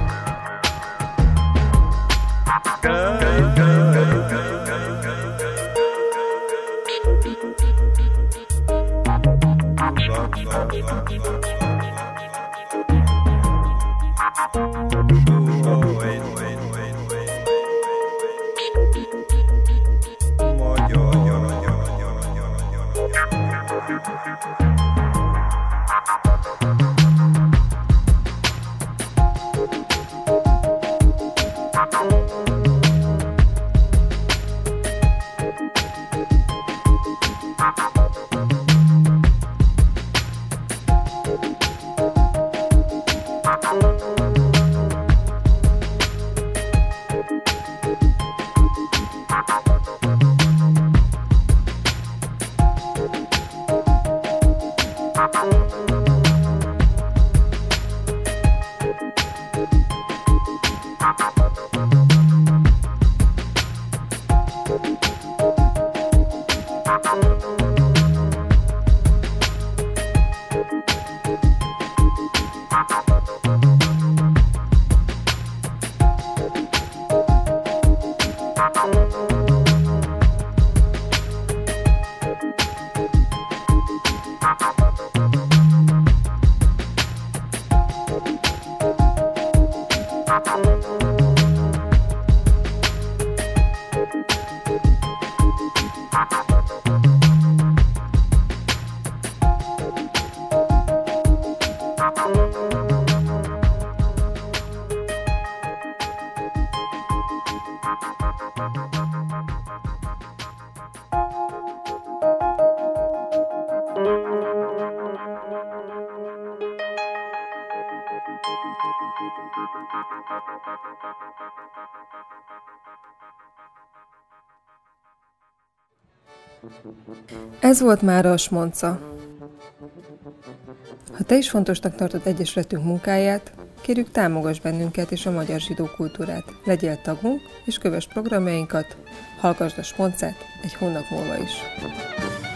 Kelj fel, Ez volt mára a Smonca. Ha te is fontosnak tartod Egyesületünk munkáját, kérjük, támogass bennünket és a magyar zsidó kultúrát. Legyél tagunk, és kövess programjainkat, hallgassd a Smoncát egy hónap múlva is.